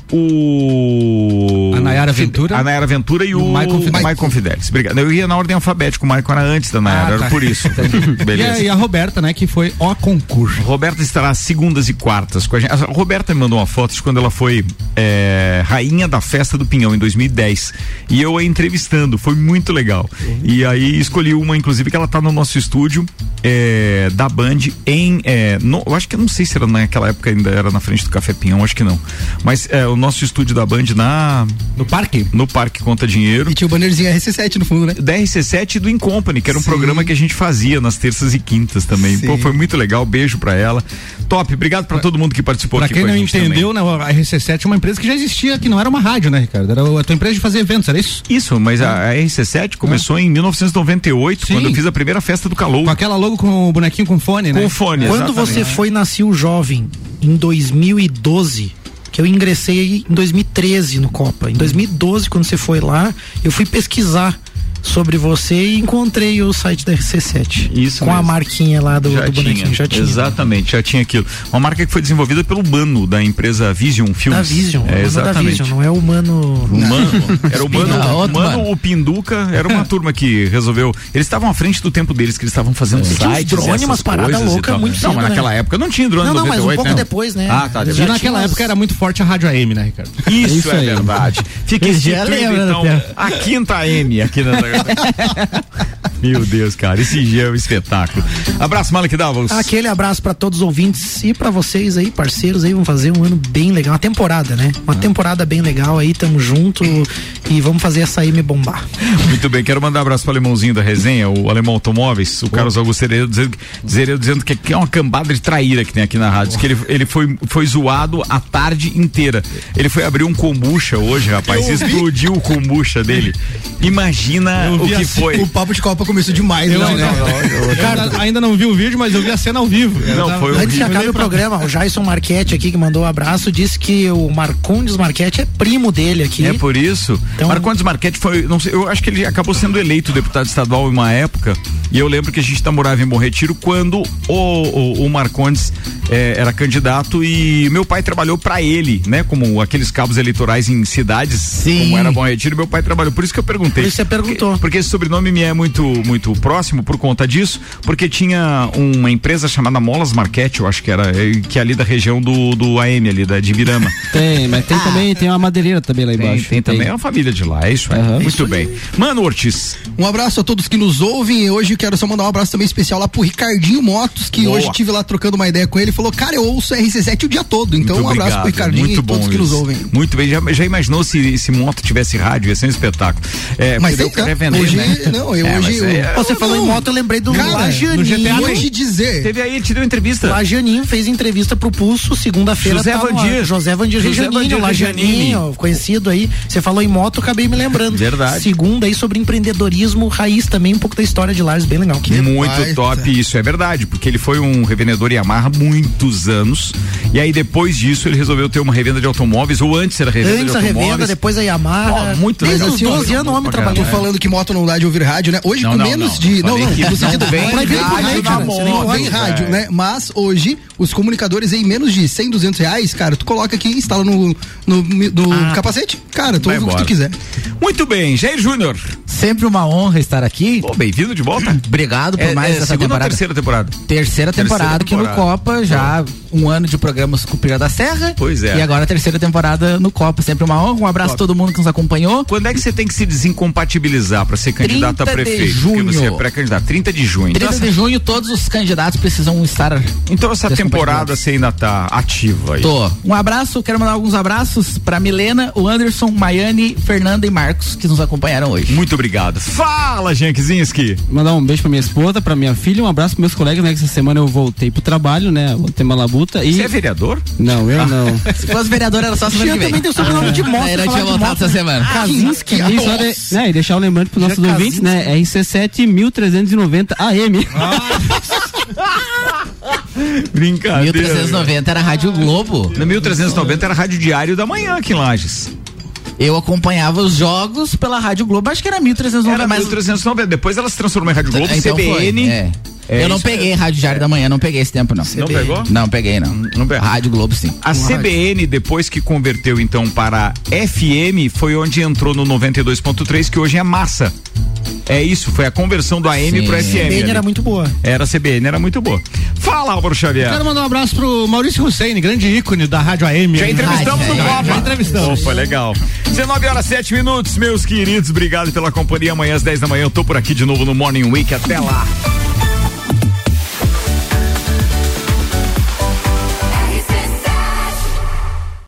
a Nayara Ventura e o Maicon Fidelis. Obrigado. Eu ia na ordem alfabética, o Maicon era antes da Nayara, era por isso. Beleza. E a Roberta, né, que foi o concurso. Roberta estará segundas e quartas com a gente. A Roberta me mandou uma foto de quando ela foi rainha da Festa do Pinhão em 2010 e eu a entrevistando, foi muito legal. E aí escolhi uma, inclusive, que ela tá no nosso estúdio da Band eu acho que eu não sei se era naquela época, ainda era na frente do Café Pinhão, acho que não. Mas o nosso estúdio da Band no Parque Conta Dinheiro. E tinha o bannerzinho RC7 no fundo, né? Da RC7 e do Incompany, que era um programa que a gente fazia nas terças e quintas também. Pô, foi muito legal, beijo pra ela. Top, obrigado pra todo mundo que participou aqui com a gente. Pra quem não entendeu, né, a RC7 é uma empresa que já existia, que não era uma rádio, né, Ricardo? Era a tua empresa de fazer eventos, era isso? Isso, mas a RC7 começou em 1998, quando eu fiz a primeira festa do Calou. Com aquela logo com o bonequinho com fone, né? Com fone, Quando você foi nasceu jovem, em 2012, que eu ingressei em 2013 no Copa. Em 2012, quando você foi lá, eu fui pesquisar sobre você e encontrei o site da RC7. Isso com mesmo. A marquinha lá do bonequinho. Já tinha. Exatamente, já tinha aquilo. Uma marca que foi desenvolvida pelo Mano, da empresa Vision Films. Da Vision, exatamente. Da Vision, não é o Mano. Era o Mano, o Pinduca, era uma turma que resolveu. Eles estavam à frente do tempo deles, que eles estavam fazendo sites. Drone, umas paradas loucas, muito cedo. Não, mas naquela época não tinha drone. Não, mas um pouco depois, né? Ah, tá. E naquela época era muito forte a Rádio AM, né, Ricardo? Isso é verdade. Fica instituído, então, a quinta AM aqui na. Meu Deus, cara, esse dia é um espetáculo. Abraço, Malek Davos. Aquele abraço pra todos os ouvintes e pra vocês aí, parceiros aí, vamos fazer um ano bem legal, uma temporada, né? Uma temporada bem legal aí, tamo junto e vamos fazer essa aí me bombar. Muito bem, quero mandar um abraço pro alemãozinho da resenha, o Alemão Automóveis, o Carlos Augusto Heredo dizendo que é uma cambada de traíra que tem aqui na rádio, que ele foi zoado a tarde inteira. Ele foi abrir um kombucha hoje, rapaz, explodiu o kombucha dele. Imagina o que foi. O papo de Copa começou demais, Cara, ainda não vi o vídeo, mas eu vi a cena ao vivo. Foi antes de acabar o programa, o Jason Marchetti aqui, que mandou um abraço, disse que o Marcondes Marchetti é primo dele aqui. É por isso. Então, Marcondes Marchetti foi, não sei, eu acho que ele acabou sendo eleito deputado estadual em uma época, e eu lembro que a gente morava em Bom Retiro quando o Marcondes era candidato e meu pai trabalhou pra ele, né? Como aqueles cabos eleitorais em cidades, Sim. como era Bom Retiro, meu pai trabalhou. Por isso que eu perguntei. Por isso você perguntou. Porque esse sobrenome me é muito próximo por conta disso, porque tinha uma empresa chamada Molas Marquete, eu acho que era, que é ali da região do AM, ali de Ibirama. Tem, mas tem também, tem uma madeireira também lá embaixo. Tem também, é uma família de lá, é isso aí. Muito isso bem. Mano Ortiz. Um abraço a todos que nos ouvem. Hoje eu quero só mandar um abraço também especial lá pro Ricardinho Motos, que hoje estive lá trocando uma ideia com ele. Ele falou, cara, eu ouço RC7 o dia todo. Então muito um abraço pro Ricardinho e todos que nos ouvem. Muito bem, já imaginou se esse moto tivesse rádio? Ia ser um espetáculo. Mas tem, vender, hoje, né? Não, você falou em moto, eu lembrei do Lajaninho. Vou te dizer. Teve aí, ele te deu entrevista. Lajaninho fez entrevista pro Pulso, segunda-feira. José Vandir Rejanini, Lajaninho, conhecido aí. Você falou em moto, acabei me lembrando. Verdade. Segunda aí sobre empreendedorismo raiz também, um pouco da história de Lars, bem legal. Muito top, isso é verdade, porque ele foi um revendedor Yamaha há muitos anos, e aí depois disso ele resolveu ter uma revenda de automóveis, ou antes era revenda de automóveis. Antes a revenda, depois a Yamaha. Desde os 12 anos o homem trabalhou. Tô falando que moto não dá de ouvir rádio, né? Hoje com menos de... Não, no sentido vem rádio, né? Mas hoje, os comunicadores em menos de 100, 200 reais, cara, tu coloca aqui, instala no capacete, cara, tu ouve o que tu quiser. Muito bem, Jair Júnior. Sempre uma honra estar aqui. Bem-vindo de volta. Obrigado por mais essa temporada. Ou terceira temporada? Terceira temporada aqui no Copa, já um ano de programas com o Pira da Serra. Pois é. E agora a terceira temporada no Copa, sempre uma honra. Um abraço a todo mundo que nos acompanhou. Quando é que você tem que se desincompatibilizar para ser candidato a prefeito? 30 de junho. Porque você é pré-candidato. 30 de junho. 30 de junho, todos os candidatos precisam estar. Então essa temporada você ainda tá ativa aí. Tô. Um abraço, quero mandar alguns abraços pra Milena, o Anderson, Maiane, Fernanda e Marcos, que nos acompanharam hoje. Muito obrigado. Fala, Jean Kizinski. Mandar um beijo pra minha esposa, pra minha filha, um abraço pros meus colegas, né? Que essa semana eu voltei pro trabalho, né? Voltei uma labuta e... Você é vereador? Não, eu não. Se fosse vereador era só semana que vem. Também tem o sobrenome de moto. Eu tinha voltado essa semana. Kazinski. E deixar um lembrante pros nossos ouvintes, né? RC7 1390 AM. Brincadeira. 1390 era Rádio Globo. Na 1390 era Rádio Diário da Manhã aqui em Lages. Eu acompanhava os jogos pela Rádio Globo, acho que era 1390. Era 1390, depois ela se transformou em Rádio Globo, então CBN. Eu não peguei Rádio Diário da Manhã, não peguei esse tempo, não. Não pegou? Não peguei, não. Rádio Globo, sim. A CBN, depois que converteu então para FM, foi onde entrou no 92.3, que hoje é Massa. É isso, foi a conversão do AM pro FM. A CBN era muito boa. A CBN era muito boa. Fala, Álvaro Xavier. Quero mandar um abraço pro Maurício Hussein, grande ícone da Rádio AM. Já entrevistamos no Copa. Já entrevistamos. Opa, legal. 19h07, meus queridos. Obrigado pela companhia. Amanhã às 10 da manhã eu tô por aqui de novo no Morning Week. Até lá.